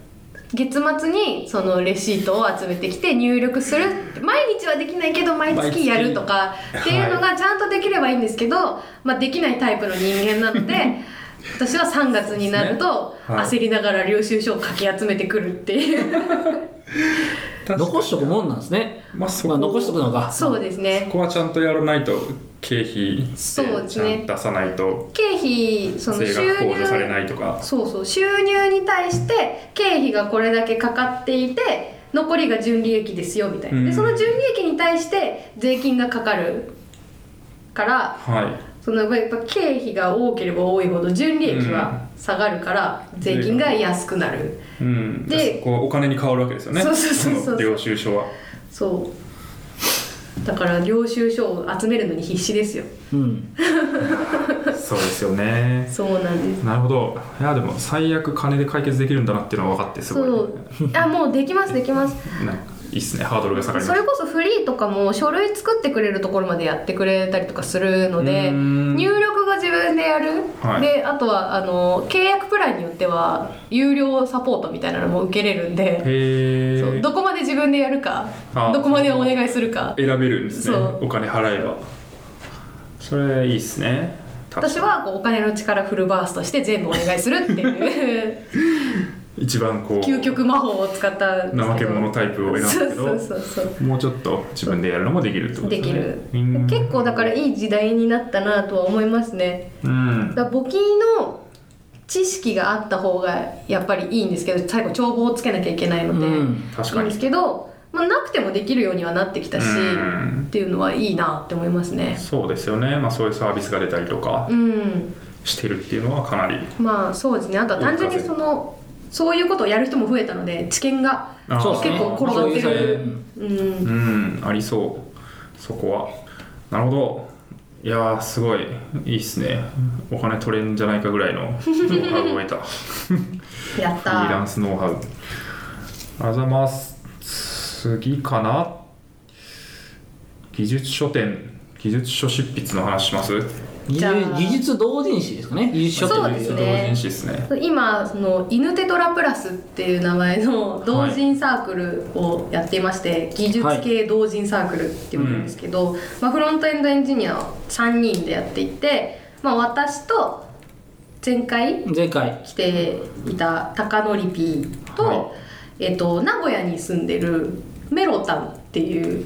月末にそのレシートを集めてきて入力する。毎日はできないけど毎月やるとかっていうのがちゃんとできればいいんですけど、まあ、できないタイプの人間なので私は3月になると焦りながら領収書をかき集めてくるっていう残しとくもんなんですね。まあ残しとくのか。 そうですね。 そこはちゃんとやらないと経費そうですね、 出さないと経費その税額控除されないとか、 そう収入に対して経費がこれだけかかっていて残りが純利益ですよみたいな、でその純利益に対して税金がかかるから、 はい、 そのやっぱ経費が多ければ多いほど純利益は下がるから税金が安くなる、 でこうお金に変わるわけですよね。 そう領収書は。 そうだから領収書を集めるのに必死ですよ。 そうですよね。 そうなんです。 なるほど。いやでも最悪金で解決できるんだなっていうのは分かってすごい。 そうもうできますいいっすね。ハードルが下がります。 それこそフリーとかも書類作ってくれるところまでやってくれたりとかするので、入力が自分でやる、であとは契約プランによっては有料サポートみたいなのも受けれるんで、そうどこまで自分でやるかどこまでお願いするか選べるんですね。お金払えば。それいいっすね。 私はこうお金の力フルバーストして全部お願いするっていう一番こう究極魔法を使った怠け者タイプを選んだけど、もうちょっと自分でやるのもできるってことですね。 できる。結構だからいい時代になったなとは思いますね。だから簿記の知識があった方がやっぱりいいんですけど、最後帳簿をつけなきゃいけないのでいいんですけど、まあ、なくてもできるようにはなってきたし、っていうのはいいなって思いますね。 そうですよね。まあそういうサービスが出たりとかしてるっていうのはかなり、 まあそうですね。あとは単純にそういうことをやる人も増えたので知見が結構転がってる。 ありそう。そこはなるほど。いやーすごいいいっすね。お金取れんじゃないかぐらいのノウハウを得たやったフリーランスノウハウ。ありがとうございます。次かな。技術書店、技術書執筆の話します。 技術同人誌ですかね。技術書店。 そうですね。 同人誌ですね。 今その犬テトラプラスっていう名前の同人サークルをやっていまして、技術系同人サークルっていうんですけど、まあ、フロントエンドエンジニアを3人でやっていて、まあ、私と前回来ていた高典 P と、名古屋に住んでるメロタンっていう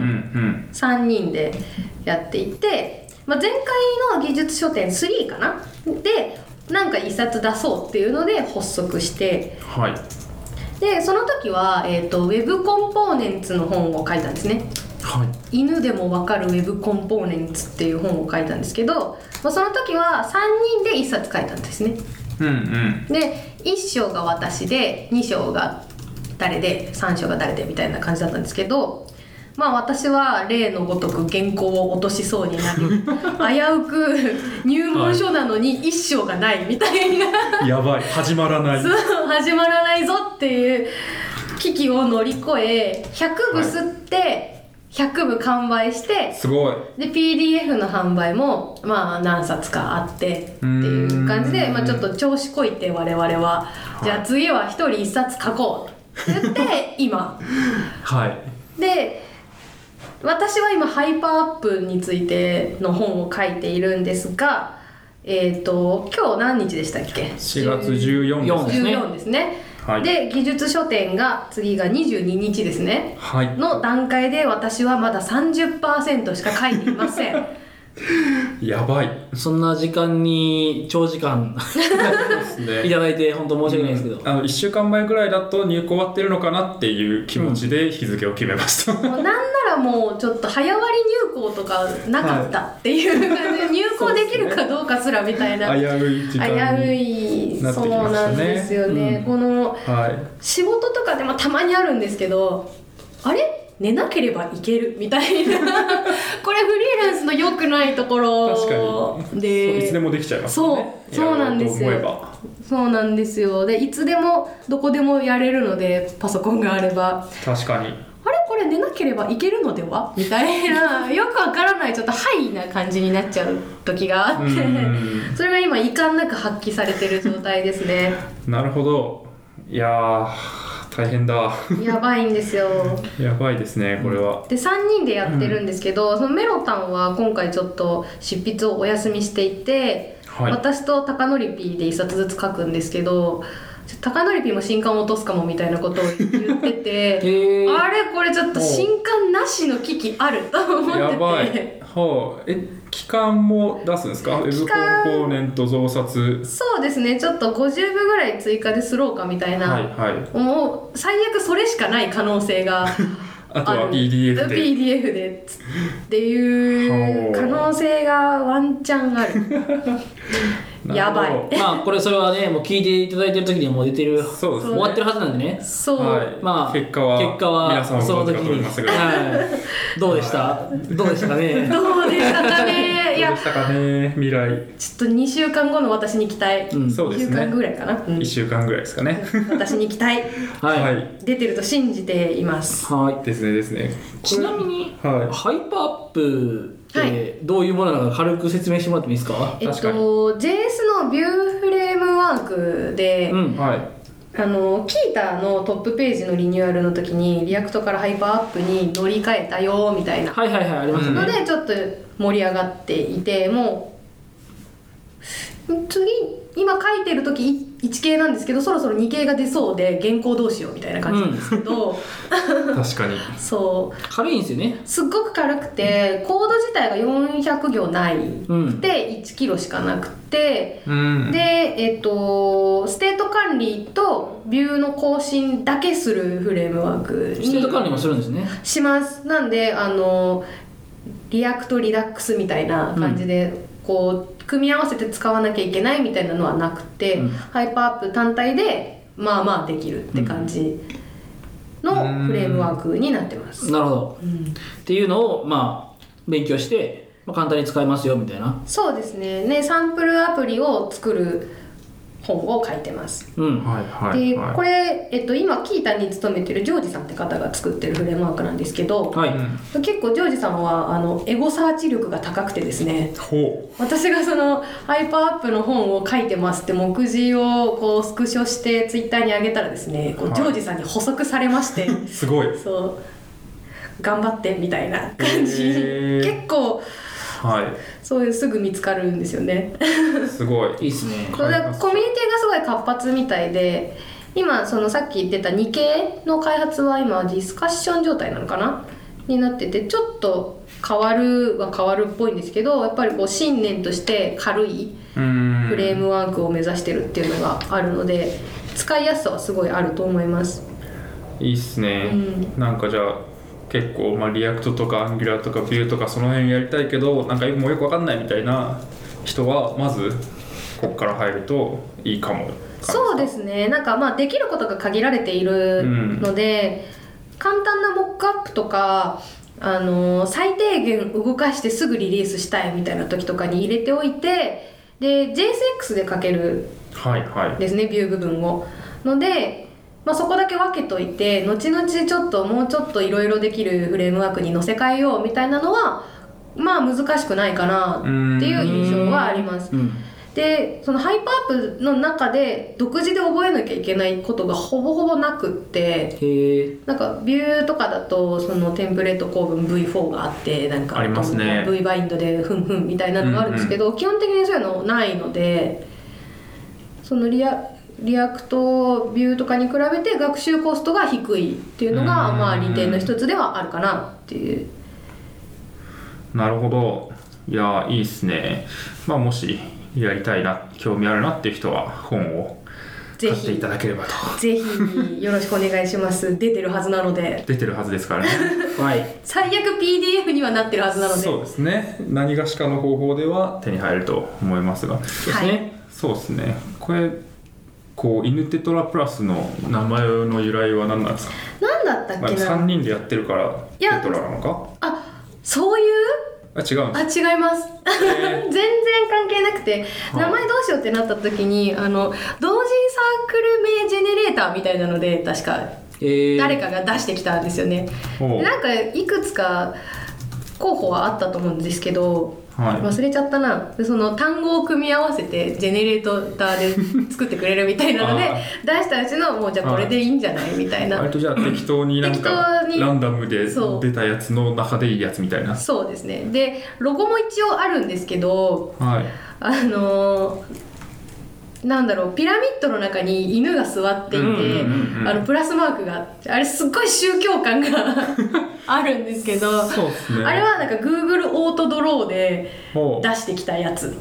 3人でやっていて、まあ、前回の技術書店3かなでなんか一冊出そうっていうので発足して、でその時は、ウェブコンポーネンツの本を書いたんですね。犬でも分かるウェブコンポーネンツっていう本を書いたんですけど、まあ、その時は3人で1冊書いたんですね。で1章が私で2章が誰で3章が誰でみたいな感じだったんですけど、まあ私は例のごとく原稿を落としそうになり危うく入門書なのに1章がないみたいなやばい、始まらないそう始まらないぞっていう危機を乗り越え100部吸って100部完売して、 すごいで PDF の販売もまあ何冊かあってっていう感じで、まあ、ちょっと調子こいて我々は、じゃあ次は1人1冊書こうって言って今で私は今ハイパーアップについての本を書いているんですが、今日何日でしたっけ。 4月14 ですね。14ですね。で技術書店が次が22日ですね、の段階で私はまだ 30% しか書いていませんやばい。 そんな時間に長時間いただいて本当申し訳ないですけど、 1週間前ぐらいだと入稿終わってるのかなっていう気持ちで日付を決めました、 もうなんならもうちょっと早割り入稿とかなかったっていう感じで、入稿できるかどうかすらみたいな危うい時間になってきましたね。 そうなんですよね、この、仕事とかでもたまにあるんですけど、あれ寝なければいけるみたいなこれフリーランスの良くないところで、 いつでもできちゃいますね。 そうなんですよ。そうなんですよ。でいつでもどこでもやれるので、パソコンがあれば。 確かに。 あれこれ寝なければいけるのではみたいなよくわからないちょっとハイな感じになっちゃう時があってそれが今遺憾なく発揮されてる状態ですね。 なるほど。いや大変だ。 やばいんですよ。 やばいですねこれは。 で3人でやってるんですけど、そのメロタンは今回ちょっと執筆をお休みしていて、私と高典 P で1冊ずつ書くんですけど、高典 P も新刊を落とすかもみたいなことを言っててあれこれちょっと新刊なしの危機あると思ってて。 やばい。期間も出すんですか？ウェブコンポーネント増刷。 そうですね、ちょっと50部ぐらい追加ですろうかみたいな、もう最悪それしかない可能性があとは PDF でっていう可能性がワンチャンある。やばい。 まあこれそれはねもう聞いていただいてる時にはもう出てる、 そうですね、 終わってるはずなんでね。 そう、 まあ結果は皆さんその時に、どうでしたかね。 どうでしたかね。 いや、どうでしたかね未来。 ちょっと2週間後の私に期待。 そうですね。 2週間ぐらいかな。 1週間ぐらいですかね。 私に期待。出てると信じています。 ですね。 ちなみにハイパーアップどういうものなのか軽く説明してもらってもいいですか？ JS のビューフレームワークで、キータのトップページのリニューアルの時にリアクトからハイパーアップに乗り換えたよみたいなありますね。 のでちょっと盛り上がっていて、もう今書いてる時1系なんですけど、そろそろ2系が出そうで原稿どうしようみたいな感じなんですけど、 確かにそう軽いんですよね。 すっごく軽くてコード自体が400行ないくて1キロしかなくて、でステート管理とビューの更新だけするフレームワークにステート管理もするんですね。 します。なんでリアクトリダックスみたいな感じで、こう組み合わせて使わなきゃいけないみたいなのはなくて、ハイパーアップ単体でまあまあできるって感じのフレームワークになってます。 なるほど、っていうのをまあ勉強して、簡単に使えますよみたいな。 そうですね。サンプルアプリを作る本を書いてます。でこれ、今キータに勤めてるジョージさんって方が作ってるフレームワークなんですけど、結構ジョージさんはエゴサーチ力が高くてですね、私がそのハイパーアップの本を書いてますって目次をこうスクショしてツイッターに上げたらですね、こうジョージさんに補足されましてすごい、 そう頑張ってみたいな感じ、結構そういうすぐ見つかるんですよね。 すごいいいですね。 コミュニティがすごい活発みたいで、今そのさっき言ってた2系の開発は今ディスカッション状態なのかなになってて、ちょっと変わるっぽいんですけど、やっぱりこう信念として軽いフレームワークを目指してるっていうのがあるので、使いやすさはすごいあると思います。 いいっすね、なんかじゃあ結構、リアクトとかアンギュラーとかビューとかその辺やりたいけどなんかもうよく分かんないみたいな人はまずここから入るといいかも。 そうですね。なんかできることが限られているので、簡単なモックアップとか最低限動かしてすぐリリースしたいみたいな時とかに入れておいて、で JSX で書けるですね、ビュー部分をので、そこだけ分けといて後々ちょっともうちょっといろいろできるフレームワークに載せ替えようみたいなのは難しくないかなっていう印象はあります。でそのハイパーアップの中で独自で覚えなきゃいけないことがほぼほぼなくって、なんかビューとかだとそのテンプレート構文 V4 があってなんかありますね、 V バインドでふんふんみたいなのがあるんですけど、基本的にそういうのないので、そのリアクトビューとかに比べて学習コストが低いっていうのが利点の一つではあるかなっていう。 なるほど。いやいいっすね。もしやりたいな、興味あるなっていう人は本を買っていただければと。 ぜひよろしくお願いします。出てるはずなので。 出てるはずですからね。 最悪 PDF にはなってるはずなので。 そうですね。何がしかの方法では手に入ると思いますが。そうですね。これイヌテトラプラスの名前の由来は何なんですか？ 何だったっけな。 3人でやってるからテトラなのか？ そういう？ 違うんです。 違います。全然関係なくて、名前どうしようってなった時に同人サークル名ジェネレーターみたいなので確か誰かが出してきたんですよね。でなんかいくつか候補はあったと思うんですけど、 はい、 忘れちゃったな。でその単語を組み合わせてジェネレーターで作ってくれるみたいなので出したうちのもうじゃあこれでいいんじゃないみたいな。 割とじゃあ適当になんかランダムで出たやつの中でいいやつみたいな。 そうですね。でロゴも一応あるんですけど、 はい、 なんだろう、ピラミッドの中に犬が座っていて、プラスマークがあれすっごい宗教感があるんですけど、 そうですね、 あれはなんか Google オートドローで出してきたやつ。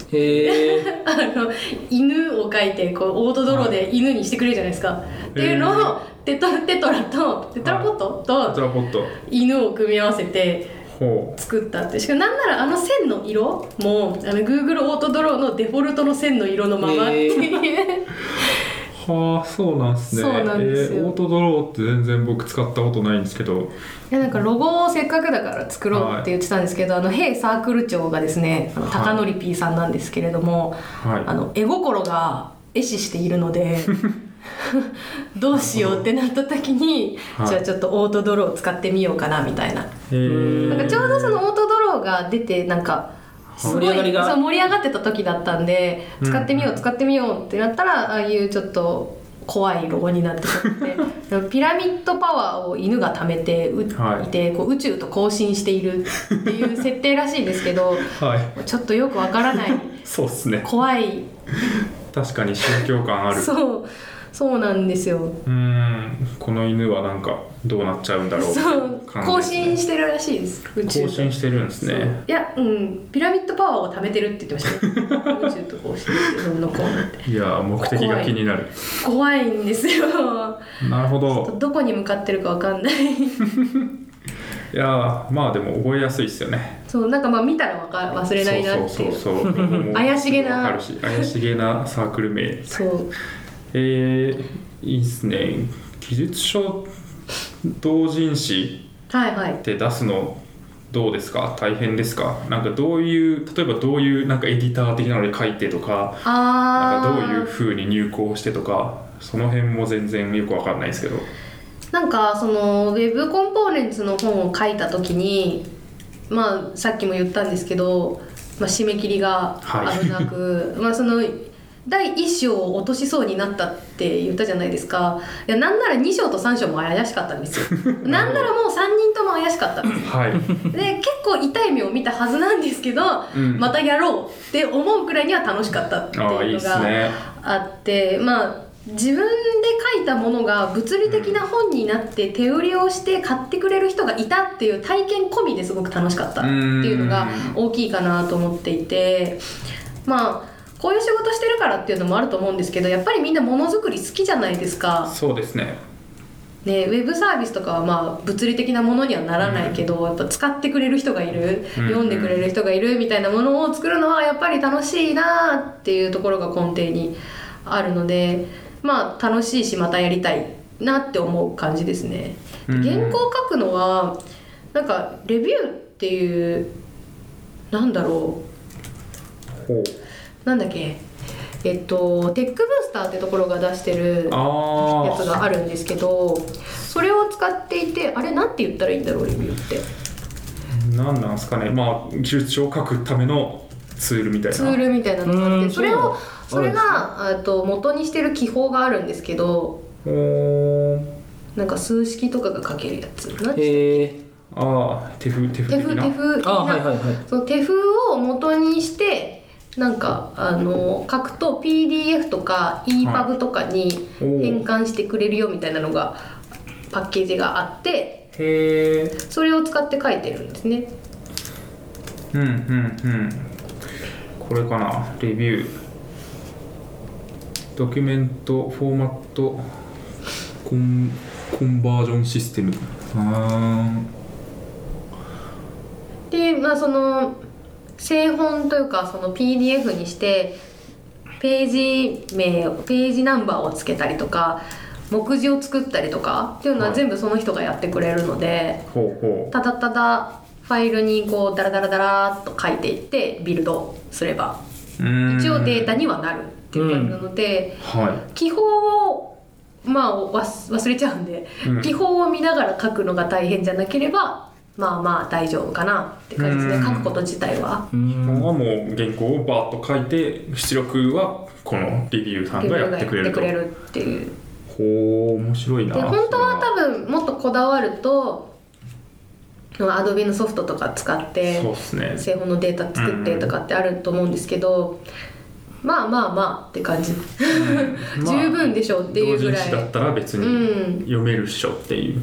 犬を描いてこうオートドローで犬にしてくれるじゃないですか、っていうのをテトラポットと犬を組み合わせて作ったって。しかもなんなら線の色もGoogle オートドローのデフォルトの線の色のままっていうはあ、そうなんですね。 そうなんですよ。 オートドローって全然僕使ったことないんですけど、 いやなんかロゴをせっかくだから作ろうって言ってたんですけど、弊サークル長がですね高則 P さんなんですけれども、はい、絵心が壊死しているのでどうしようってなった時に、はい、じゃあちょっとオートドロー使ってみようかなみたいな。なんかちょうどそのオートドローが出てなんか盛り上がってた時だったんで、使ってみようってなったら、ああいうちょっと怖いロゴになってしまってピラミッドパワーを犬が貯めていて、こう宇宙と交信しているっていう設定らしいんですけど、はい、ちょっとよくわからないそうっすね、 怖い確かに宗教感あるそうなんですよ。 この犬はなんかどうなっちゃうんだろう、 そう更新してるらしいです。宇宙更新してるんですね。 いや、ピラミッドパワーを貯めてるって言ってましたね宇宙と更新してどんどんこうなって、 いや目的が気になる。 怖いんですよ。 なるほど。 どこに向かってるか分かんないいやまあでも覚えやすいですよね。 そうなんかまあ見たら忘れないなっていう。そう怪しげなサークル名。 そういいっすね。技術書同人誌って出すのどうですか？大変ですか？なんか例えばどういうなんかエディター的なので書いてとか、なんかどういう風に入稿してとか、その辺も全然よく分かんないですけど、 なんかそのウェブコンポーネンツの本を書いた時に、まあさっきも言ったんですけど、締め切りが危なく、その第1章を落としそうになったって言ったじゃないですか。いやなんなら2章と3章も怪しかったんですよなんならもう3人とも怪しかったんですよ、はい、で結構痛い目を見たはずなんですけど、またやろうって思うくらいには楽しかったっていうのがあって、自分で書いたものが物理的な本になって手売りをして買ってくれる人がいたっていう体験込みですごく楽しかったっていうのが大きいかなと思っていて、こういう仕事してるからっていうのもあると思うんですけど、やっぱりみんなものづくり好きじゃないですか。 そうですね。 ウェブサービスとかは物理的なものにはならないけど、やっぱ使ってくれる人がいる、読んでくれる人がいるみたいなものを作るのはやっぱり楽しいなっていうところが根底にあるので、楽しいしまたやりたいなって思う感じですね。原稿を書くのはなんかレビューっていうなんだろう、なんだっけ、テックブースターってところが出してるやつがあるんですけど、それを使っていて、あれなんて言ったらいいんだろう、レビューって何なんですかね。技術書を書くためのツールみたいなのがあって、それが元にしてる記法があるんですけど、なんか数式とかが書けるやつ、何でしたっけ？ テフ的なそのテフを元にしてなんか書くと PDF とか EPUB とかに変換してくれるよみたいなのがパッケージがあって、それを使って書いてるんですね。 これかな、レビュードキュメントフォーマットコンバージョンシステム。 でその製本というかその PDF にしてページ名、ページナンバーをつけたりとか目次を作ったりとかっていうのは全部その人がやってくれるので、ただただファイルにこうダラダラダラっと書いていってビルドすれば一応データにはなるっていう感じなので、記法を忘れちゃうんで、記法を見ながら書くのが大変じゃなければまあまあ大丈夫かなって感じですね。書くこと自体は。 基本はもう原稿をバーッと書いて、出力はこのレビューさんがやってくれると。 っていう。 ほう、面白いな。 で本当は多分もっとこだわると、アドビのソフトとか使って製本のデータ作ってとかってあると思うんですけど、まあまあまあって感じ、十分でしょっていうぐらい。 同人誌だったら別に読めるっしょっていう、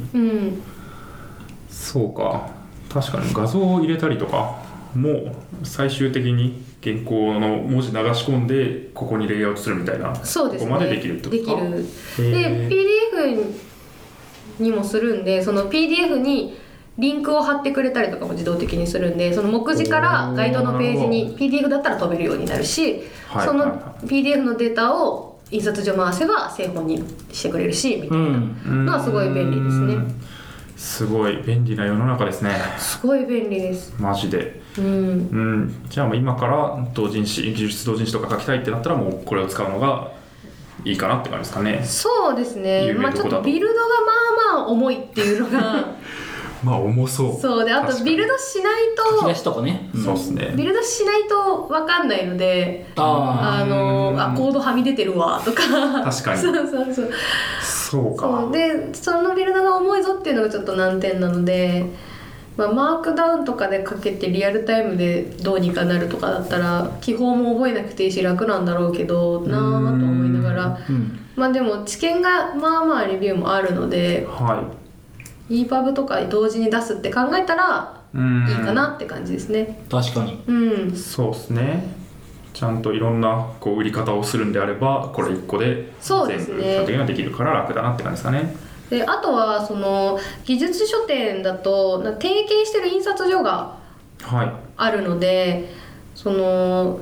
そうか。確かに画像を入れたりとかも最終的に原稿の文字流し込んでここにレイアウトするみたいな、 そうですね、 ここまでできるってことですか。 できる。で PDF にもするんで、その PDF にリンクを貼ってくれたりとかも自動的にするんで、その目次からガイドのページに PDF だったら飛べるようになるし、その PDF のデータを印刷所回せば製本にしてくれるしみたいなのはすごい便利ですね。 すごい便利な世の中ですね。 すごい便利です。 マジで。じゃあ今から同人誌、技術同人誌とか書きたいってなったらもうこれを使うのがいいかなって感じですかね。 そうですね。まあちょっとビルドがまあまあ重いっていうのがまあ重そう。 そうで、あとビルドしないと書き出しとかね、 そうですね。 ビルドしないと分かんないので、コードはみ出てるわとか確かにそうか。 そうで、そのビルドが重いぞっていうのがちょっと難点なので、マークダウンとかでかけてリアルタイムでどうにかなるとかだったら記法も覚えなくていいし楽なんだろうけどなぁと思いながら、まあでも知見がまあまあレビューもあるので、EPUB とか同時に出すって考えたらいいかなって感じですね。 確かに、 そうですね。ちゃんといろんなこう売り方をするんであればこれ1個で全部基本的にはできるから楽だなって感じですかね。 であとはその技術書店だと提携してる印刷所があるので、その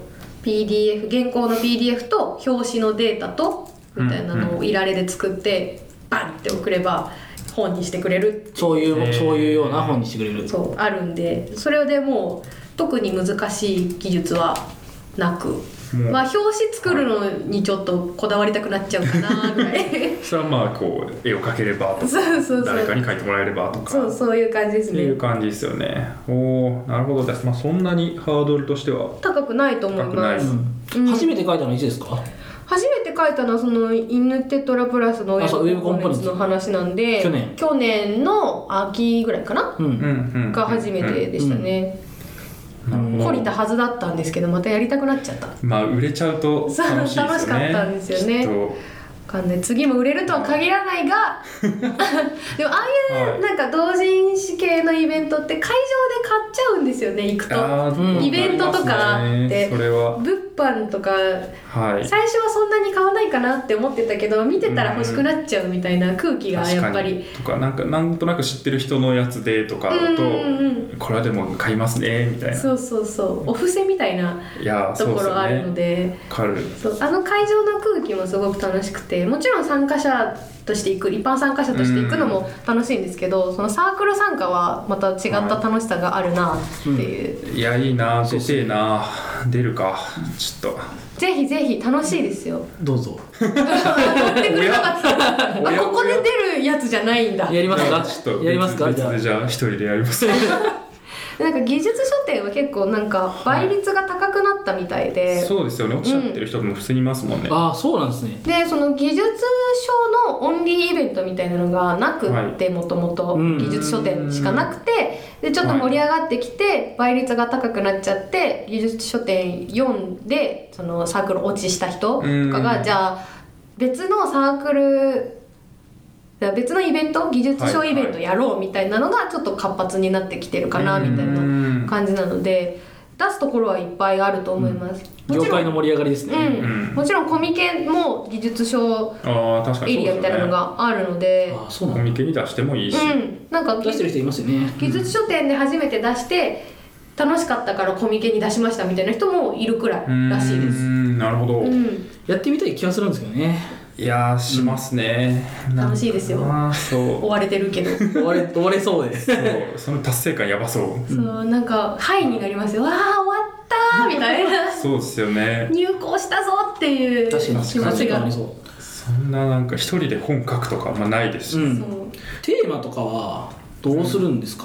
PDF 原稿の PDF と表紙のデータとみたいなのをいられで作ってバンって送れば本にしてくれる。 そういうような本にしてくれる。 そうあるんで、それでもう特に難しい技術はなく、まあ表紙作るのにちょっとこだわりたくなっちゃうかなぐらいそれはまあこう絵を描ければとか誰かに描いてもらえればとかそういう感じですね。 っていう感じですよね。なるほどです。まあそんなにハードルとしては高くないと思います。 初めて書いたのいつですか？ 初めて書いたのはそのイヌテトラプラスのウェブコンポーネンツの話なんで、去年の秋ぐらいかな、が初めてでしたね。懲りたはずだったんですけどまたやりたくなっちゃった。 まあ売れちゃうと楽しいですよね。 楽しかったんですよね。次も売れるとは限らないがでもああいうなんか同人誌系のイベントって会場で買っちゃうんですよね、行くと。イベントとかって物販とか、最初はそんなに買わないかなって思ってたけど見てたら欲しくなっちゃうみたいな空気がやっぱりとかなんとなく知ってる人のやつでとかだとこれはでも買いますねみたいな、 そうお布施みたいなところがあるので、あの会場の空気もすごく楽しくて、もちろん参加者として行く一般参加者として行くのも楽しいんですけど、そのサークル参加はまた違った楽しさがあるなっていう、 いやいいな、出てえな、出るかちょっとぜひぜひ楽しいですよ。 どうぞ言ってくれなかったここで出るやつじゃないんだ。 やりますか？ ちょっと別でじゃあ一人でやりますなんか技術書店は結構なんか倍率が高くなったみたいで、 そうですよね、落ちちゃってる人も普通にいますもんね。 ああそうなんですね。 でその技術書のオンリーイベントみたいなのがなくって、もともと技術書店しかなくて、でちょっと盛り上がってきて倍率が高くなっちゃって、技術書店4でそのサークル落ちした人とかがじゃあ別のサークル別のイベント、技術書イベントやろうみたいなのがちょっと活発になってきてるかなみたいな感じなので、出すところはいっぱいあると思います。 業界の盛り上がりですね。 もちろんコミケも技術書エリアみたいなのがあるので、 コミケに出してもいいし、 なんか出してる人いますよね。 技術書店で初めて出して楽しかったからコミケに出しましたみたいな人もいるくらいらしいです。 なるほど、 やってみたい気がするんですけどね。 いやーしますね、 楽しいですよ。追われてるけど追われそうです。 その達成感やばそう。 そうなんかハイになりますよ。わー終わったーみたいなそうですよね、 入稿したぞっていう気持ちが。 そんななんか一人で本書くとかないですし、 テーマとかはどうするんですか？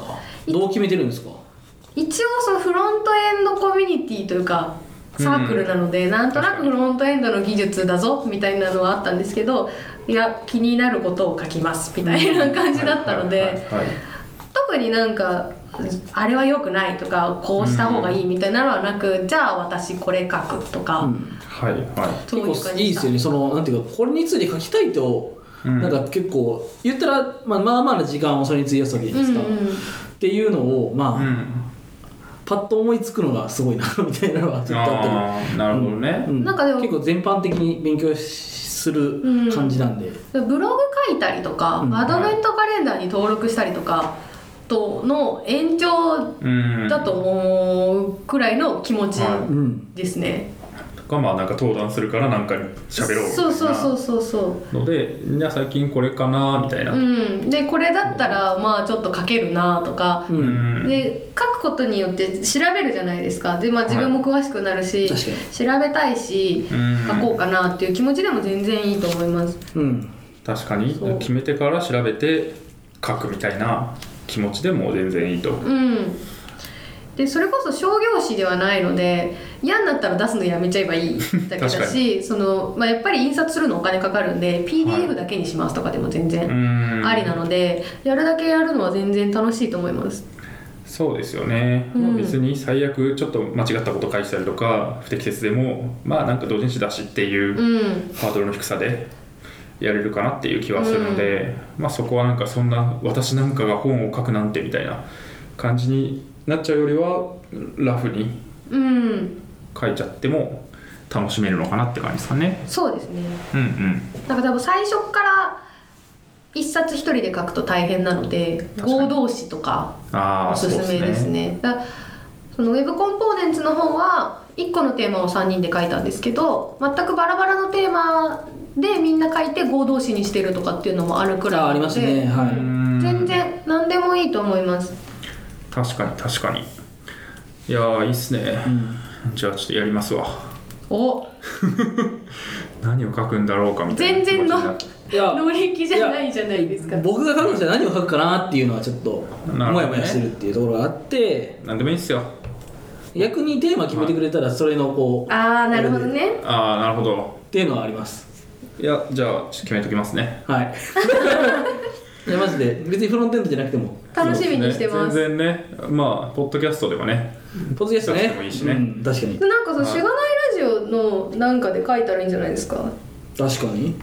どう決めてるんですか？ 一応そのフロントエンドコミュニティというかサークルなので、なんとなくフロントエンドの技術だぞみたいなのはあったんですけど、いや気になることを書きますみたいな感じだったので、特になんかあれは良くないとかこうした方がいいみたいなのはなく、じゃあ私これ書くとか、 そういう感じいいですよね。そのなんていうか、これについて書きたいと、なんか結構言ったら、まあまあな時間をそれに費やすわけじゃないですか、っていうのをまあ、パッと思いつくのがすごいなみたいなのはちょっとあったり。 なるほどね。 なんかでも結構全般的に勉強する感じなんで、 ブログ書いたりとか、アドベントカレンダーに登録したりとかとの延長だと思うくらいの気持ちですね。 まあなんか登壇するからなんか喋ろうみたいなそうので、じゃあ最近これかなみたいな、 でこれだったらまあちょっと書けるなとか、で書くことによって調べるじゃないですか。で、まあ、自分も詳しくなるし、調べたいし、書こうかなっていう気持ちでも全然いいと思います。 確かに決めてから調べて書くみたいな気持ちでも全然いいと。 でそれこそ商業誌ではないので、嫌になったら出すのやめちゃえばいいだけだしその、まあ、やっぱり印刷するのお金かかるんで PDF だけにしますとかでも全然ありなので、やるだけやるのは全然楽しいと思います。 そうですよね、別に最悪ちょっと間違ったこと書いてたりとか不適切でもまあなんか同人誌だしっていうハードルの低さでやれるかなっていう気はするので、まあそこはなんかそんな私なんかが本を書くなんてみたいな感じになっちゃうよりはラフに書いちゃっても楽しめるのかなって感じですかね。 そうですね。だから多分最初から一冊一人で書くと大変なので合同誌とかおすすめですね。そのウェブコンポーネンツの方は1個のテーマを3人で書いたんですけど、全くバラバラのテーマでみんな書いて合同誌にしてるとかっていうのもあるくらいなので、 ありますね、 全然何でもいいと思います。 確かにいやーいいっすね、じゃあちょっとやりますわ。 お何を書くんだろうかみたいな。 全然乗り気じゃないじゃないですか。 僕が書くとしたら何を書くかなっていうのはちょっとモヤモヤしてるっていうところがあって、 何でもいいっすよ。 逆にテーマ決めてくれたらそれのこう、 なるほどね。 なるほどっていうのはあります。 いやじゃあ決めときますね。 いやマジで別にフロントエンドじゃなくても楽しみにしてます。 全然ね、まあポッドキャストでもね、 ポッドキャストねもいいしね、 確かになんかしがないラジオのなんかで書いたらいいんじゃないですか。 確かに、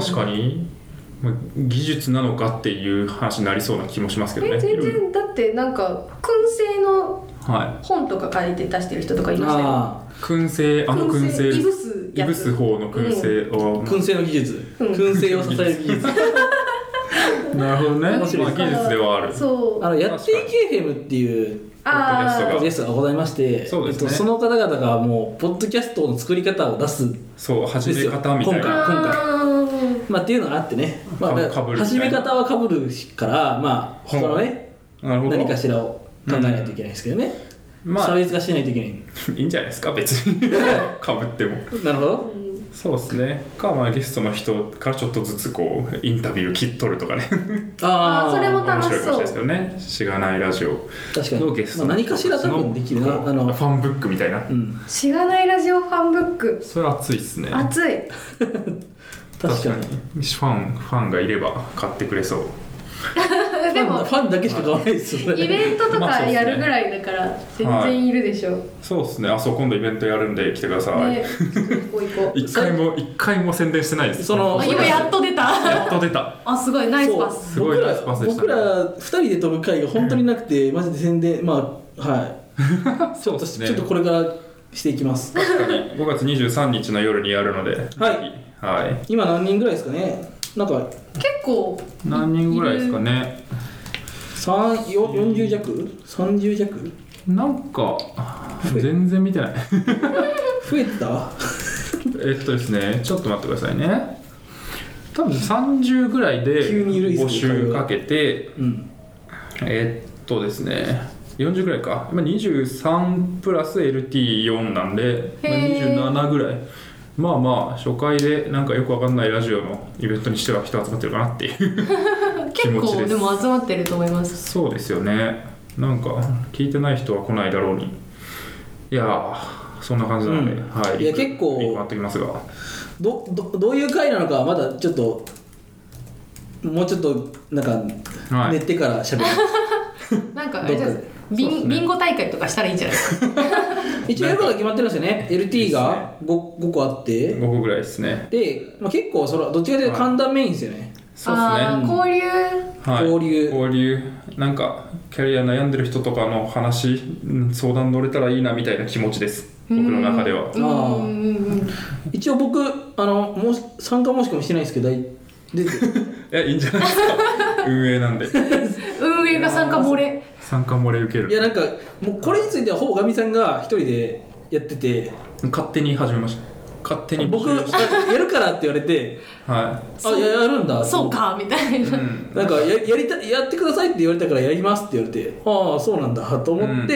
技術なのかっていう話になりそうな気もしますけどね。 全然だってなんか燻製の本とか書いて出してる人とかいましたよ。 燻製燻製いぶす方の燻製を、 燻製の技術、燻製を支える技術なるほどね。技術ではある。 やっていけ FM っていうポッドキャストがございまして、その方々がもうポッドキャストの作り方を出す始め方みたいな今回っていうのがあってね、始め方はかぶるから他のね何かしらを考えないといけないですけどね、差別化しないといけない。 いいんじゃないですか別にかぶっても。 なるほど。 そうですね。ゲストの人からちょっとずつこうインタビュー切っとるとかね。 それも楽しそう。面白いかもしれないですよね。しがないラジオのゲスト何かしら多分できるな。 ファンブックみたいな。 しがないラジオファンブック。 それ熱いですね。 熱い。 確かにファンがいれば買ってくれそう。 でもファンだけしか買わないですよね。 イベントとかやるぐらいだから全然いるでしょ。 そうですね。今度イベントやるんで来てください。 行こう。 一回も宣伝してないです。 今やっと出た。すごいナイスパス。 すごいナイスパスでした。 僕ら2人で撮る会が本当になくて、マジで宣伝ちょっとこれからしていきます。 確かに5月23日の夜にやるので。 今何人ぐらいですかね。なんか結構何人ぐらいですかね。 40弱30弱なんか全然見てない増えたですね、ちょっと待ってくださいね。多分30ぐらいで募集かけて、ですね40ぐらいか。今23プラス LT4 なんで、27ぐらい。初回でなんかよくわかんないラジオのイベントにしては人集まってるかなっていう気持ちです。 結構でも集まってると思います。 そうですよね。 なんか聞いてない人は来ないだろうに。いやーそんな感じなので、はい。 いや結構リンク貼っておきますが、 どういう回なのかはまだちょっともうちょっとなんか練ってから喋る、 なんかあれじゃビンゴ大会とかしたらいいんじゃないですか一応やることが決まってるんですよね。 LT が 5個あって 5個ぐらいですね。 で、結構どっちかというと簡単メインですよね。 そうですね。交流なんかキャリア悩んでる人とかの話、相談乗れたらいいなみたいな気持ちです、僕の中では。 一応僕もう参加申し込みしてないんですけど出ていいんじゃないですか運営なんで運営が参加漏れ受ける。 いやなんかもうこれについてはほぼガミさんが一人でやってて、 勝手に始めました。勝手に僕やるからって言われてはい、 やるんだそうかみたいな、 なんかやってくださいって言われたからやりますって言われて、ああそうなんだと思って、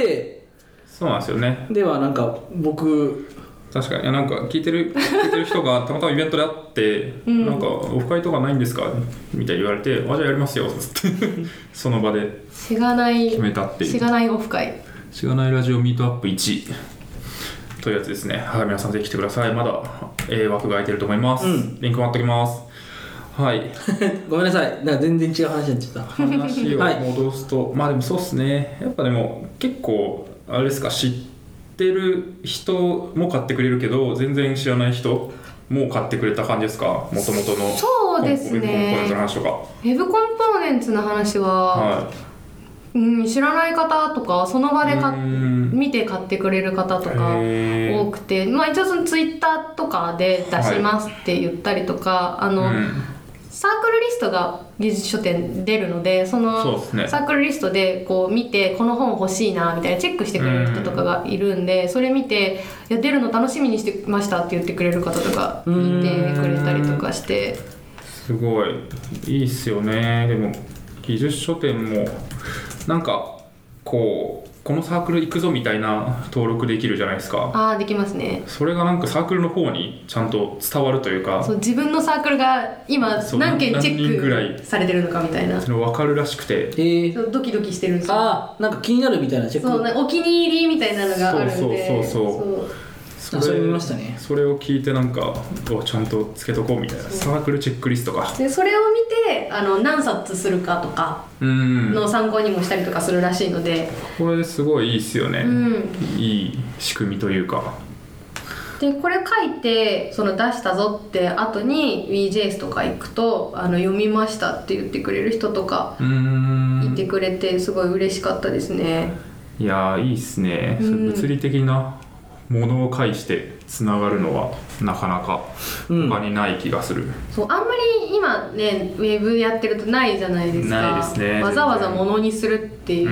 そうなんですよね。 ではなんか僕確かになんか聞いてる人がたまたまイベントで会って、なんかオフ会とかないんですかみたいに言われて、じゃあやりますよってその場で決めたっていうしがないオフ会、 しがないラジオミートアップ1というやつですね。はい、皆さんぜひ来てください。まだ、枠が空いてると思います、リンク貼っておきます。はいごめんなさい、なんか全然違う話になっちゃった話を戻すと、まあでもそうっすね、やっぱでも結構あれですか、知ってる人も買ってくれるけど全然知らない人も買ってくれた感じですか、もともとの。 そうですね、 ウェブコンポーネンツの話とか。 ウェブコンポーネンツの話は、知らない方とかその場で見て買ってくれる方とか多くて、一応そのツイッターとかで出しますって言ったりとか、サークルリストが技術書店出るので、そのサークルリストでこう見てこの本欲しいなみたいなチェックしてくれる人とかがいるんで、それ見ていや出るの楽しみにしてましたって言ってくれる方とかいてくれたりとかして、 すごいいいっすよね。でも技術書店もなんかこのサークル行くぞみたいな登録できるじゃないですか。 できますね。 それがなんかサークルの方にちゃんと伝わるというか、 そう自分のサークルが今何件チェックされてるのかみたいな、 それ分かるらしくて、 そうドキドキしてるんですよ。 なんか気になるみたいなチェック、 そうお気に入りみたいなのがあるんで、 それ見ましたね。 それを聞いてなんかちゃんとつけとこうみたいな、サークルチェックリストか。 でそれを見て何冊するかとかの参考にもしたりとかするらしいので、 これすごいいいっすよね、いい仕組みというか。 でこれ書いてその出したぞって後に WeJS とか行くと読みましたって言ってくれる人とかいてくれて、すごい嬉しかったですね。 いやーいいっすね、物理的なものを介してつながるのはなかなか他にない気がする、 そうあんまり今ねウェブやってるとないじゃないですか。 ないですね、 わざわざものにするっていう、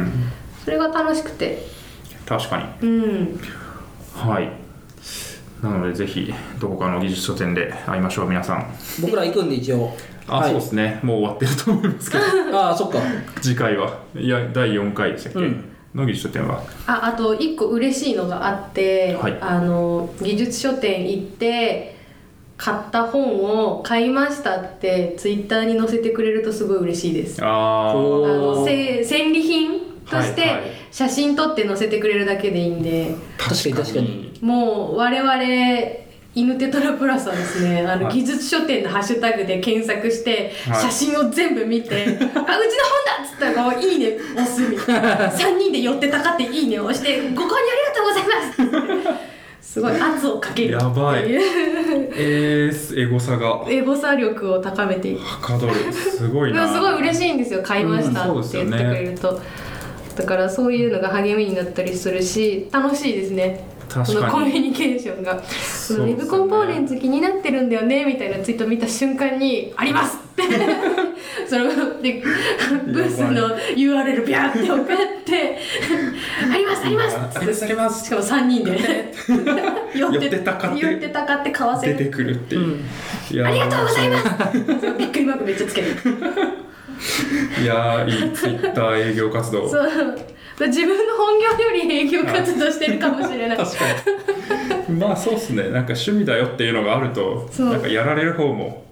それが楽しくて。 確かに、はい。なのでぜひどこかの技術書店で会いましょう皆さん。 僕ら行くんで一応。 そうですね、もう終わってると思いますけどそっか。 次回はいや第4回でしたっけ、の技術書店は。 あと1個嬉しいのがあって、技術書店行って買った本を買いましたってツイッターに載せてくれるとすごい嬉しいです。戦利品として写真撮って載せてくれるだけでいいんで。 確かにもう我々犬テトラプラスはですね、技術書店のハッシュタグで検索して、写真を全部見て、うちの本だっつったらいいね押すみたいな3人で寄ってたかっていいねを押してご購入ありがとうございますすごい圧をかけるっていう。 やばいエゴサ力を高めていく。 はかどる。すごいな。 すごい嬉しいんですよ、買いましたって言ってくれると、だからそういうのが励みになったりするし楽しいですね。そのコミュニケーションが、そのウェブコンポーネンツ気になってるんだよねみたいなツイート見た瞬間にありますってそのでブースの URL ビャーって送ってありますありますしかも3人で寄ってたかって買わせる出てくるっていう、 ありがとうございますびっくりマークめっちゃつけるいやいいツイッター営業活動。 そう自分の本業より営業活動してるかもしれない確かにまあそうっすね、なんか趣味だよっていうのがあるとなんかやられる方も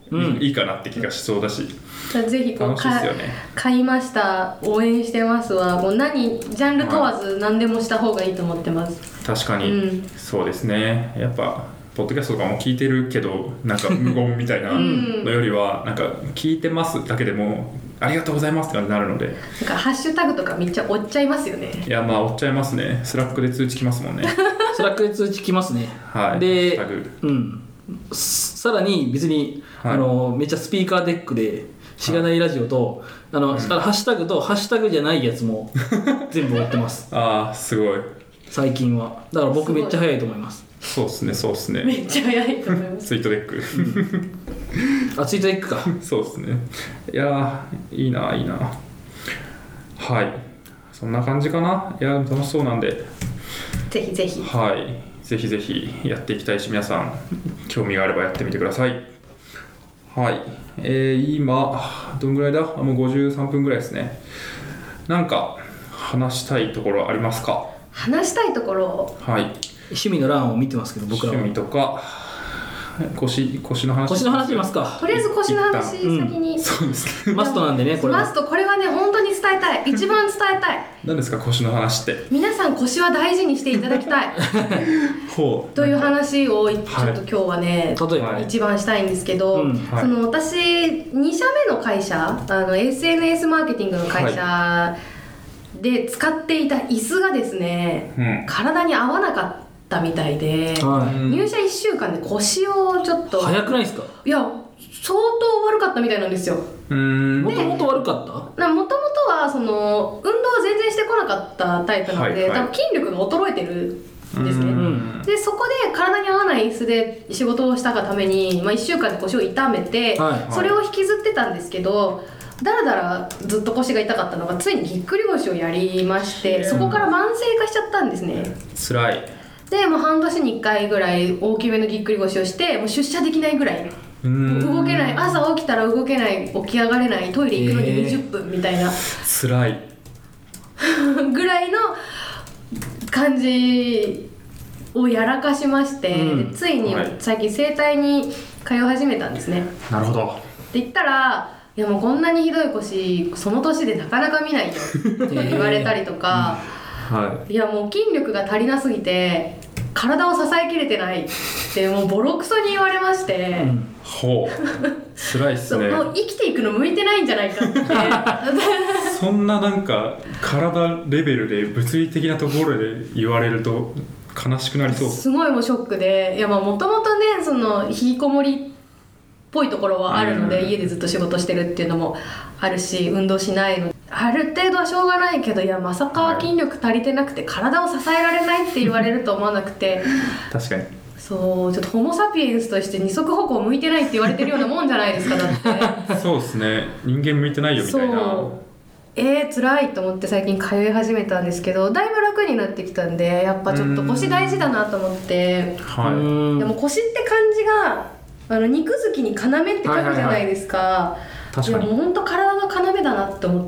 いいかなって気がしそうだし、 ぜひ楽しいですよね。 買いました、応援してますはもうジャンル問わず何でもした方がいいと思ってます。 確かに、そうですね。やっぱポッドキャストとかも聞いてるけどなんか無言みたいなのよりはなんか聞いてますだけでもありがとうございますって感じになるので、なんかハッシュタグとかめっちゃ追っちゃいますよね。 いやまあ追っちゃいますね。スラックで通知来ますもんね。 スラックで通知来ますね。 はい。 で、 ハッシュタグ、 さらに別に、めっちゃスピーカーデックでしがないラジオとハッシュタグとハッシュタグじゃないやつも全部追ってます。 ああすごい。 最近はだから僕めっちゃ早いと思います。 そうですね。 めっちゃ早いと思います。 ツイートデック。 ツイートデックか。 そうですね。いやいいな。はい。そんな感じかな。いや楽しそうなんで。 ぜひぜひ。 はい。ぜひぜひやっていきたいし、皆さん興味があればやってみてください。はい。今どんぐらいだ？もう53分ぐらいですね。なんか話したいところありますか？ 話したいところ。 はい。 趣味の欄を見てますけど、僕らは趣味とか腰の話しますか。 とりあえず腰の話先に、 そうですね。 マストなんでね、これはね本当に伝えたい。一番伝えたい。 何ですか腰の話って？ 皆さん腰は大事にしていただきたい。という話をちょっと今日はね、一番したいんですけど、その私2社目の会社、SNS マーケティングの会社で使っていた椅子がですね、体に合わなかったみたいで、入社1週間で腰をちょっと早くないですか？ いや相当悪かったみたいなんですよ。 もともと悪かった？ もともとはその運動を全然してこなかったタイプなので、多分筋力が衰えてるんですね。でそこで体に合わない椅子で仕事をしたがために、1週間で腰を痛めて、それを引きずってたんですけど、だらだらずっと腰が痛かったのがついにぎっくり腰をやりまして、そこから慢性化しちゃったんですね。 辛い。 でもう半年に1回ぐらい大きめのぎっくり腰をして、もう出社できないぐらい動けない、朝起きたら動けない、起き上がれない、トイレ行くのに20分みたいな辛いぐらいの感じをやらかしまして、ついに最近整体に通い始めたんですね。 なるほど。 って言ったら、いやもうこんなにひどい腰その年でなかなか見ないよって言われたりとか、いやもう筋力が足りなすぎて体を支えきれてないってもうボロクソに言われまして、 ほう辛いっすね。 もう生きていくの向いてないんじゃないかってそんななんか体レベルで物理的なところで言われると悲しくなりそう。 すごいもうショックで、いやもともとねその引きこもりっぽいところはあるので、家でずっと仕事してるっていうのもあるし、運動しないのである程度はしょうがないけど、いやまさか筋力足りてなくて体を支えられないって言われると思わなくて確かにそうちょっとホモ・サピエンスとして二足歩行向いてないって言われてるようなもんじゃないですか。だってそうですね、人間向いてないよみたいな。 そう辛いと思って最近通い始めたんですけど、だいぶ楽になってきたんで、やっぱちょっと腰大事だなと思って、でも腰って漢字が肉付きに要って書くじゃないですか。確かに。いやもう本当体の要だなって思って、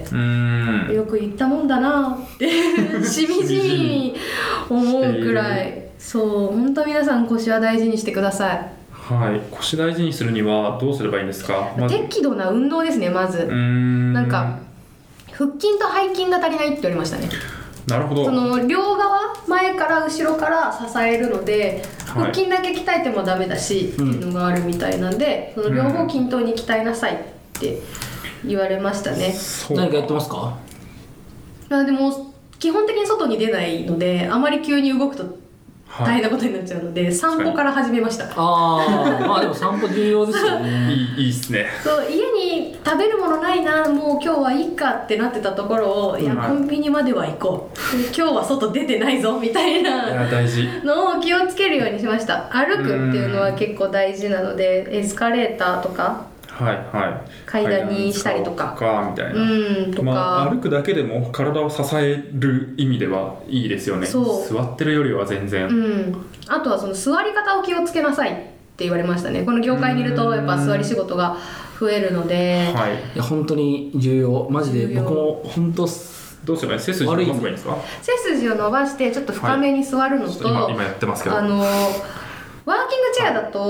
よく言ったもんだなってしみじみ思うくらい。そう本当皆さん腰は大事にしてください。 はい、腰大事にするにはどうすればいいんですか？ 適度な運動ですね。まずなんか腹筋と背筋が足りないって言われましたね。 なるほど。 その両側前から後ろから支えるので、腹筋だけ鍛えてもダメだし、っていうのがあるみたいなんで、その両方均等に鍛えなさいって言われましたね。 何かやってますか？ でも基本的に外に出ないので、あまり急に動くと大変なことになっちゃうので、散歩から始めました。 まあでも散歩重要ですよね。 いいっすね。 そう家に食べるものないな、もう今日はいいかってなってたところを、いやコンビニまでは行こう、今日は外出てないぞみたいなのを気をつけるようにしました。歩くっていうのは結構大事なので、エスカレーターとか階段にしたりとかみたいな、とか、歩くだけでも体を支える意味ではいいですよね。座ってるよりは全然、 あとはその座り方を気をつけなさいって言われましたね。この業界にいるとやっぱ座り仕事が増えるので、 いや本当に重要、マジで僕も本当どうすればいい？背筋を伸ばせばいいんですか？ 背筋を伸ばしてちょっと深めに座るのと、 今やってますけど、 ワーキングチェアだと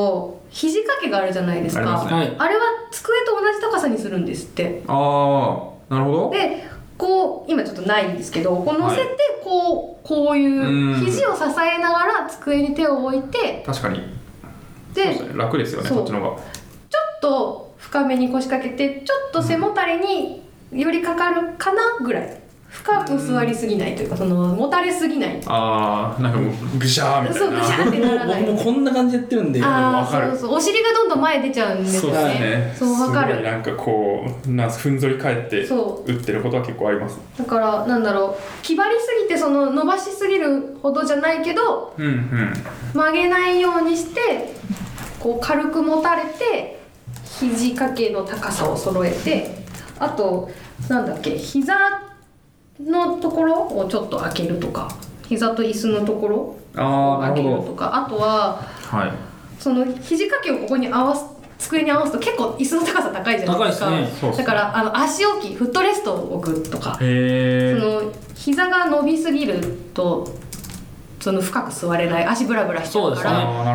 肘掛けがあるじゃないですか。 あれは机と同じ高さにするんですって。 ああ、なるほど。 でこう今ちょっとないんですけど、こう乗せてこういう肘を支えながら机に手を置いて、 確かにで楽ですよね、こっちの方が。 ちょっと深めに腰掛けて、ちょっと背もたれによりかかるかなぐらい、深く座りすぎないというか、そのもたれすぎない。 ああ、なんかもうぐしゃーみたいな。 そうぐしゃーってならない。 僕もこんな感じでやってるんで。 ああ、そうそう、お尻がどんどん前出ちゃうんですよね。そう分かる。 すごいなんかこうふんぞり返って打ってることは結構あります。 だからなんだろう、気張りすぎてその伸ばしすぎるほどじゃないけど、曲げないようにしてこう軽く持たれて、肘掛けの高さを揃えて、あとなんだっけ、膝のところをちょっと開けるとか、膝と椅子のところを開けるとか、あとは、その肘掛けをここに机に合わすと結構椅子の高さ高いじゃないですか。 高いですね。 だから足置き、フットレストを置くとか、その膝が伸びすぎるとその深く座れない、足ブラブラしちゃうから、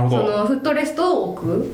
そのフットレストを置く。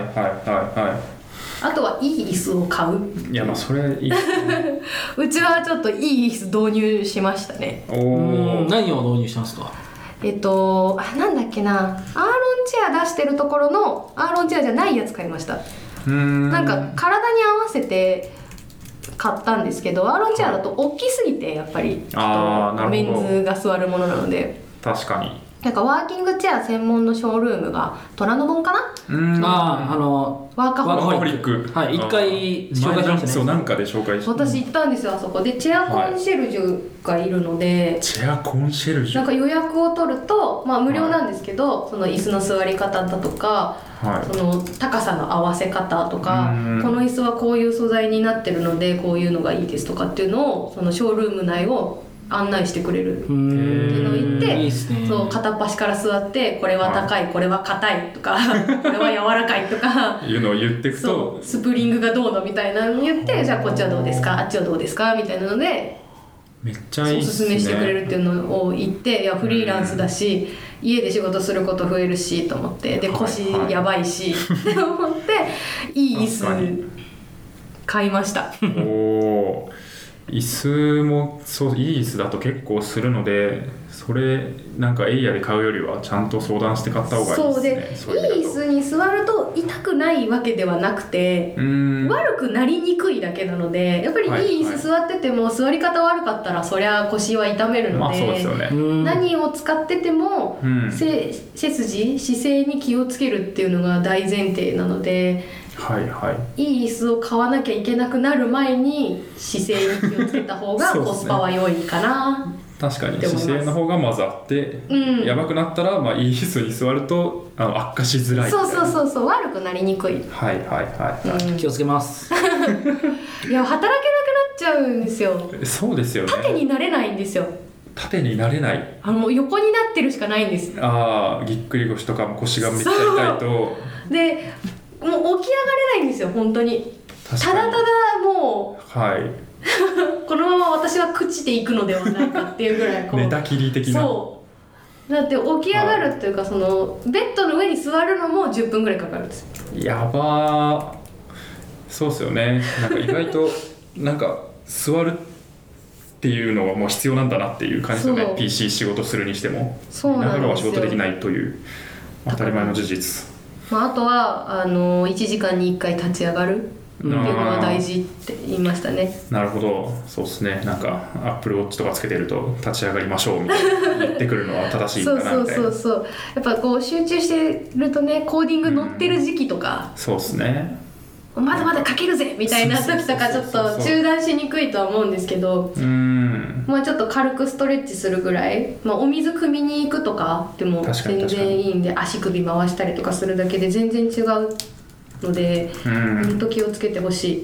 あとはいい椅子を買う。 いや、まあそれいいですね。 うちはちょっといい椅子導入しましたね。 何を導入したんですか？ なんだっけな、アーロンチェア出してるところのアーロンチェアじゃないやつ買いました。なんか体に合わせて買ったんですけど、アーロンチェアだと大きすぎて、やっぱりメンズが座るものなので。 確かに。 なんかワーキングチェア専門のショールームが虎ノ門かな。ワーカホリック。 はい、一回紹介しましたね。 そう、なんかで紹介して。 私行ったんですよ、あそこで。チェアコンシェルジュがいるので、 チェアコンシェルジュ、 なんか予約を取ると、まあ無料なんですけど、その椅子の座り方だとか、その高さの合わせ方とか、この椅子はこういう素材になってるのでこういうのがいいですとかっていうのを、そのショールーム内を案内してくれるっていうのを言って、 いいっすね。 そう片っ端から座って、これは高い、これは硬いとかこれは柔らかいとかいうのを言っていくと、 そうスプリングがどうのみたいなのを言って、じゃあこっちはどうですか、あっちはどうですかみたいなのでめっちゃいいっすね、 おすすめしてくれるっていうのを言って、いやフリーランスだし、家で仕事すること増えるしと思って、で腰やばいしって思っていい椅子買いました。 おー、椅子もそう、いい椅子だと結構するので、それなんかエイヤで買うよりはちゃんと相談して買った方がいいですね。 そうで、いい椅子に座ると痛くないわけではなくて、悪くなりにくいだけなので、やっぱりいい椅子座ってても座り方悪かったらそりゃ腰は痛めるので、 そうですよね。 何を使ってても背筋、姿勢に気をつけるっていうのが大前提なので、いい椅子を買わなきゃいけなくなる前に姿勢に気をつけた方がコスパは良いかな。 確かに姿勢の方がまずあって、やばくなったら、まあ、いい椅子に座ると悪化しづらい。 そう悪くなりにくい。 気をつけます。 いや、働けなくなっちゃうんですよ。 そうですよね。 縦になれないんですよ。 縦になれない。 もう横になってるしかないんです。 ぎっくり腰とか腰がめっちゃ痛いと。 でもう起き上がれないんですよ、本当に。ただただもう、このまま私は朽ちていくのではないかっていうぐらい寝たきり的な。 そうだって起き上がるっていうか、そのベッドの上に座るのも10分ぐらいかかるんです。 やばー。そうですよね。なんか意外となんか座るっていうのはもう必要なんだなっていう感じですよね。PC 仕事するにしても、 そうなんですよ。 ながらは仕事できないという当たり前の事実。 あとは1時間に1回立ち上がるっていうのは大事って言いましたね。 なるほど、そうですね。なんか Apple Watch とかつけてると立ち上がりましょうみたいな言ってくるのは正しいかなみたいな。 そうやっぱこう集中してるとね、コーディング乗ってる時期とか、 そうですね、 まだまだ書けるぜみたいな時とかちょっと中断しにくいとは思うんですけど、まあちょっと軽くストレッチするぐらい、まあ、お水汲みに行くとかでも全然いいんで、足首回したりとかするだけで全然違うので、本当気をつけてほしい。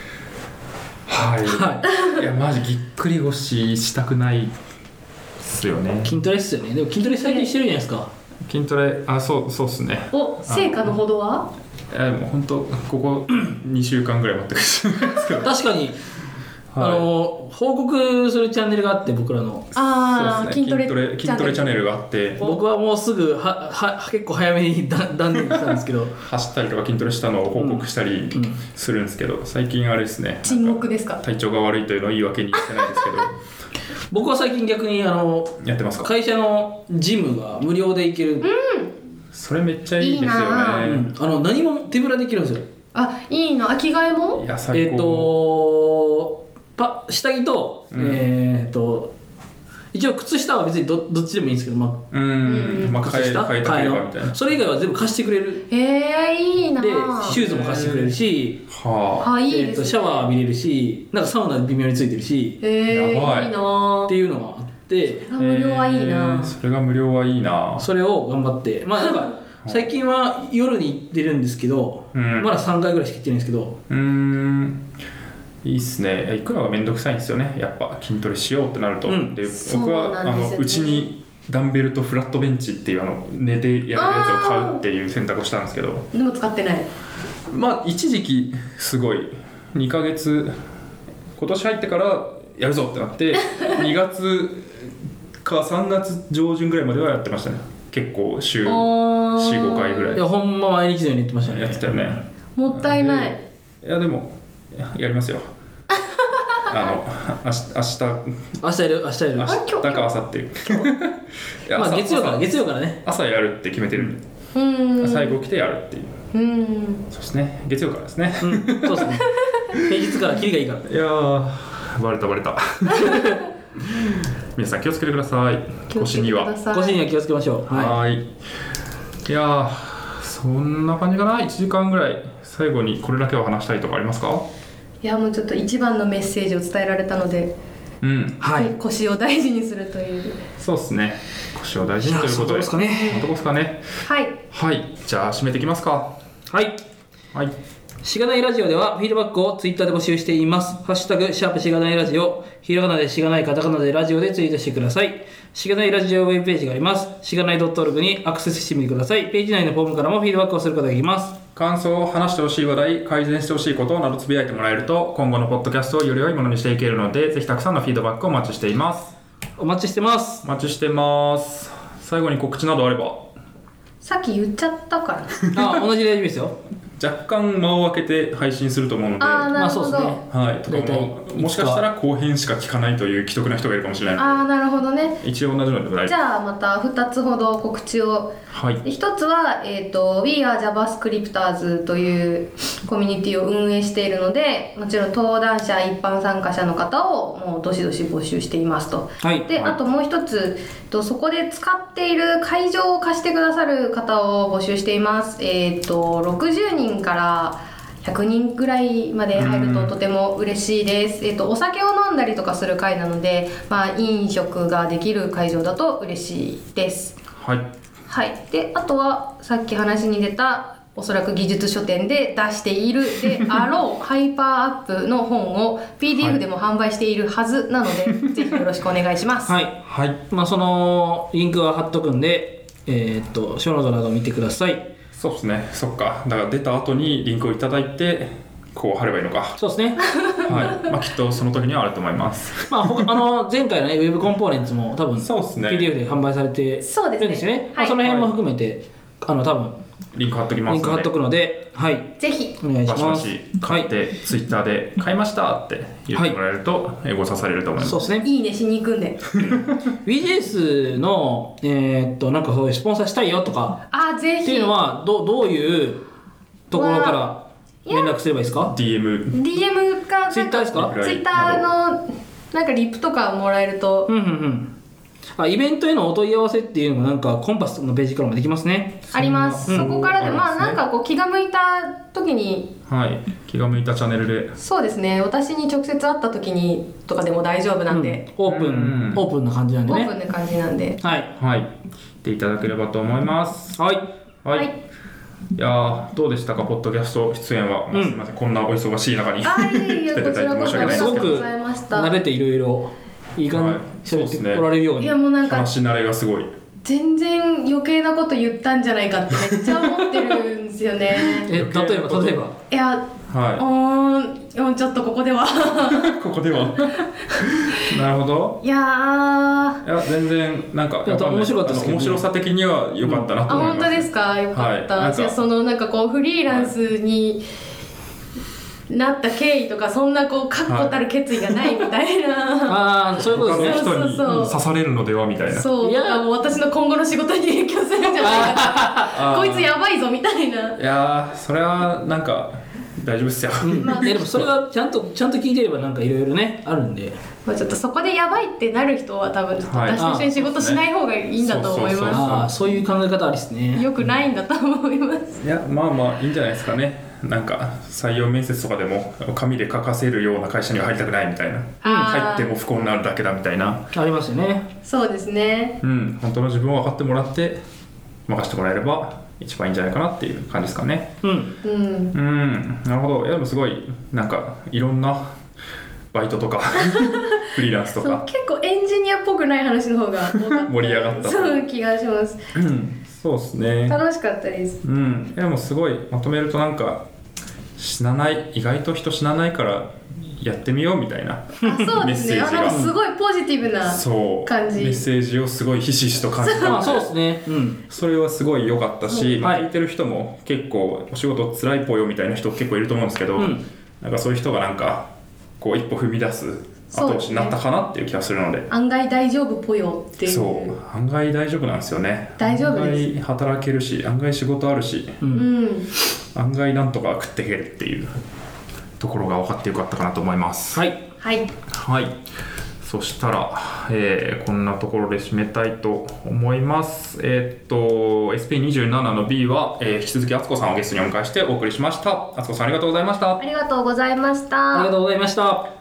いやマジぎっくり腰したくないっすよね。 筋トレっすよね。でも筋トレ最近してるじゃないですか。 筋トレ、そうっすね。 成果のほどは？ もう本当ここ2週間ぐらい待ってくるんですけど。 確かに報告するチャンネルがあって僕らの筋トレチャンネルがあって僕はもうすぐ結構早めに断念したんですけど走ったりとか筋トレしたのを報告したりするんですけど、最近あれですね、 沈黙ですか？ 体調が悪いというのを言い訳にしてないですけど僕は最近逆にやってますか？ 会社のジムが無料で行ける、 それめっちゃいいですよね。 何も手ぶらできるんですよ。 いいな。着替えも？ いや最高。 下着と、一応靴下は別にどっちでもいいんですけど、 変えたければみたいな。 それ以外は全部貸してくれる。 いいな。 でシューズも貸してくれるし、 いいですね。 シャワー浴びれるし、なんかサウナ微妙についてるし、 やばいいいなっていうのがあって、 無料はいいな。 それが無料はいいな。 それを頑張って、なんか最近は夜に行ってるんですけど、まだ3回ぐらいしか行ってないんですけど。 いいっすね。行くのがめんどくさいんですよね。やっぱ筋トレしようってなると、で僕はうちにダンベルとフラットベンチっていう寝てやるやつを買うっていう選択をしたんですけど、 でも使ってない。 一時期すごい2ヶ月今年入ってからやるぞってなって2月か3月上旬ぐらいまではやってましたね。結構週 4,5 回ぐらい。 いやほんま毎日のように言ってましたね。 やってたよね。 もったいない。 いやでもやりますよ。明日やる。 今日か明後日月曜からね。 朝やるって決めてる。最後来てやるっていう。そうですね。月曜からですね。 そうですね。平日からキリがいいから。 いやーバレた。皆さん気をつけてください。腰には気をつけましょう。 はい。いやーそんな感じかな。1時間ぐらい。最後にこれだけは話したいとかありますか？ いやもうちょっと一番のメッセージを伝えられたので、腰を大事にするという。 そうですね。腰を大事にということで。 どこですかね。 はい。じゃあ締めていきますか。 はい。しがないラジオではフィードバックをツイッターで募集しています。ハッシュタグシャープしがないラジオ、ひらがなでしがないカタカナでラジオでツイートしてください。しがないラジオウェブページがあります。しがない .org にアクセスしてみてください。ページ内のフォームからもフィードバックをすることができます。 感想を話してほしい話題、改善してほしいことなどつぶやいてもらえると今後のポッドキャストをより良いものにしていけるので、ぜひたくさんのフィードバックをお待ちしています。 お待ちしてます。 最後に告知などあれば。 さっき言っちゃったから同じで大丈夫ですよ。 若干間を空けて配信すると思うので、 なるほど。 もしかしたら後編しか聞かないという既得な人がいるかもしれないので、 なるほどね。 一応同じので大丈夫。 じゃあまた2つほど告知を。1つは、We are JavaScripters というコミュニティを運営しているので、もちろん登壇者一般参加者の方をもうどしどし募集していますと。であともう1つ、そこで使っている会場を貸してくださる方を募集しています。60人から100人ぐらいまで入るととても嬉しいです。お酒を飲んだりとかする会なので、飲食ができる会場だと嬉しいです。であとはさっき話に出たおそらく技術書店で出しているであろうハイパーアップの本を PDF でも販売しているはずなので、ぜひよろしくお願いします。 そのリンクは貼っとくんで、ショーノートなどを見てください。 そうですね。そっか。だから出た後にリンクをいただいてこう貼ればいいのか。 そうですね。 きっとその時にはあると思います。 前回のねウェブコンポーネンツも多分 PDF で販売されてるんですよね。その辺も含めて多分リンク貼っときますので。 リンク貼っとくので、 ぜひお願いします。 バシバシ買ってツイッターで買いましたって言ってもらえるとエゴ刺されると思います。 そうですね。 いいねしに行くんで。 VJS のなんかそういうスポンサーしたいよとかぜひっていうのはどういうところから連絡すればいいですか ？DM かツイッターですか？ ツイッターのなんかリップとかもらえると。 イベントへのお問い合わせっていうのもなんかコンパスのページからもできますね。 あります。そこからでなんかこう気が向いた時に、 気が向いたチャンネルで。 そうですね。私に直接会った時にとかでも大丈夫なんで、 オープンな感じなんでね。 オープンな感じなんで。 ていただければと思います。いやどうでしたか、ポッドキャスト出演は。すみません、こんなお忙しい中に出ていただいて申し訳ないんですけど、 すごく慣れていろいろいい感じに喋っておられるように。 話慣れがすごい。 全然余計なこと言ったんじゃないかってめっちゃ思ってるんですよね。 例えばいやはいちょっとここではここではなるほど。 いや全然なんかやっぱ面白かったですけど、 面白さ的には良かったなと思います。 本当ですか。よかった、 はい、 じゃあそのなんかこうフリーランスになった経緯とか、そんなこう確固たる決意がないみたいな、 そういうことですね。 他の人に刺されるのではみたいな。 そう、いやもう私の今後の仕事に影響するんじゃないかこいつやばいぞみたいな。 いやそれはなんか大丈夫っすよ、 でもそれがちゃんと聞いてればなんかいろいろねあるんで、 ちょっとそこでやばいってなる人は多分ちょっと私と一緒に仕事しない方がいいんだと思います。 そういう考え方ありですね。 よくないんだと思います。 いやまあいいんじゃないですかね。なんか採用面接とかでも紙で書かせるような会社には入りたくないみたいな、入っても不幸になるだけだみたいなありますよね。 そうですね。 本当の自分を分かってもらって任せてもらえれば一番いいんじゃないかなっていう感じですかね。なるほど。いやでもすごいなんかいろんなバイトとかフリーランスとか結構エンジニアっぽくない話の方が盛り上がったそう気がします。 そうですね。 楽しかったです。 いやもうすごいまとめるとなんか意外と人死なないからやってみようみたいなそうですね。なんかすごいポジティブな感じ。 メッセージをすごいひしひしと感じた。 そうですね。 それはすごい良かったし、聞いてる人も結構お仕事辛いぽよみたいな人結構いると思うんですけど、なんかそういう人がなんかこう一歩踏み出す後押しになったかなっていう気がするので、 案外大丈夫ぽよっていう。 そう案外大丈夫なんですよね。 大丈夫です。 案外働けるし、案外仕事あるし、案外なんとか食っていけるっていうところが分かってよかったかなと思います。 はいそしたら、こんなところで締めたいと思います。SP27 の B は、引き続きあつこさんをゲストにお迎えしてお送りしました。あつこさんありがとうございました。 ありがとうございました。 ありがとうございました。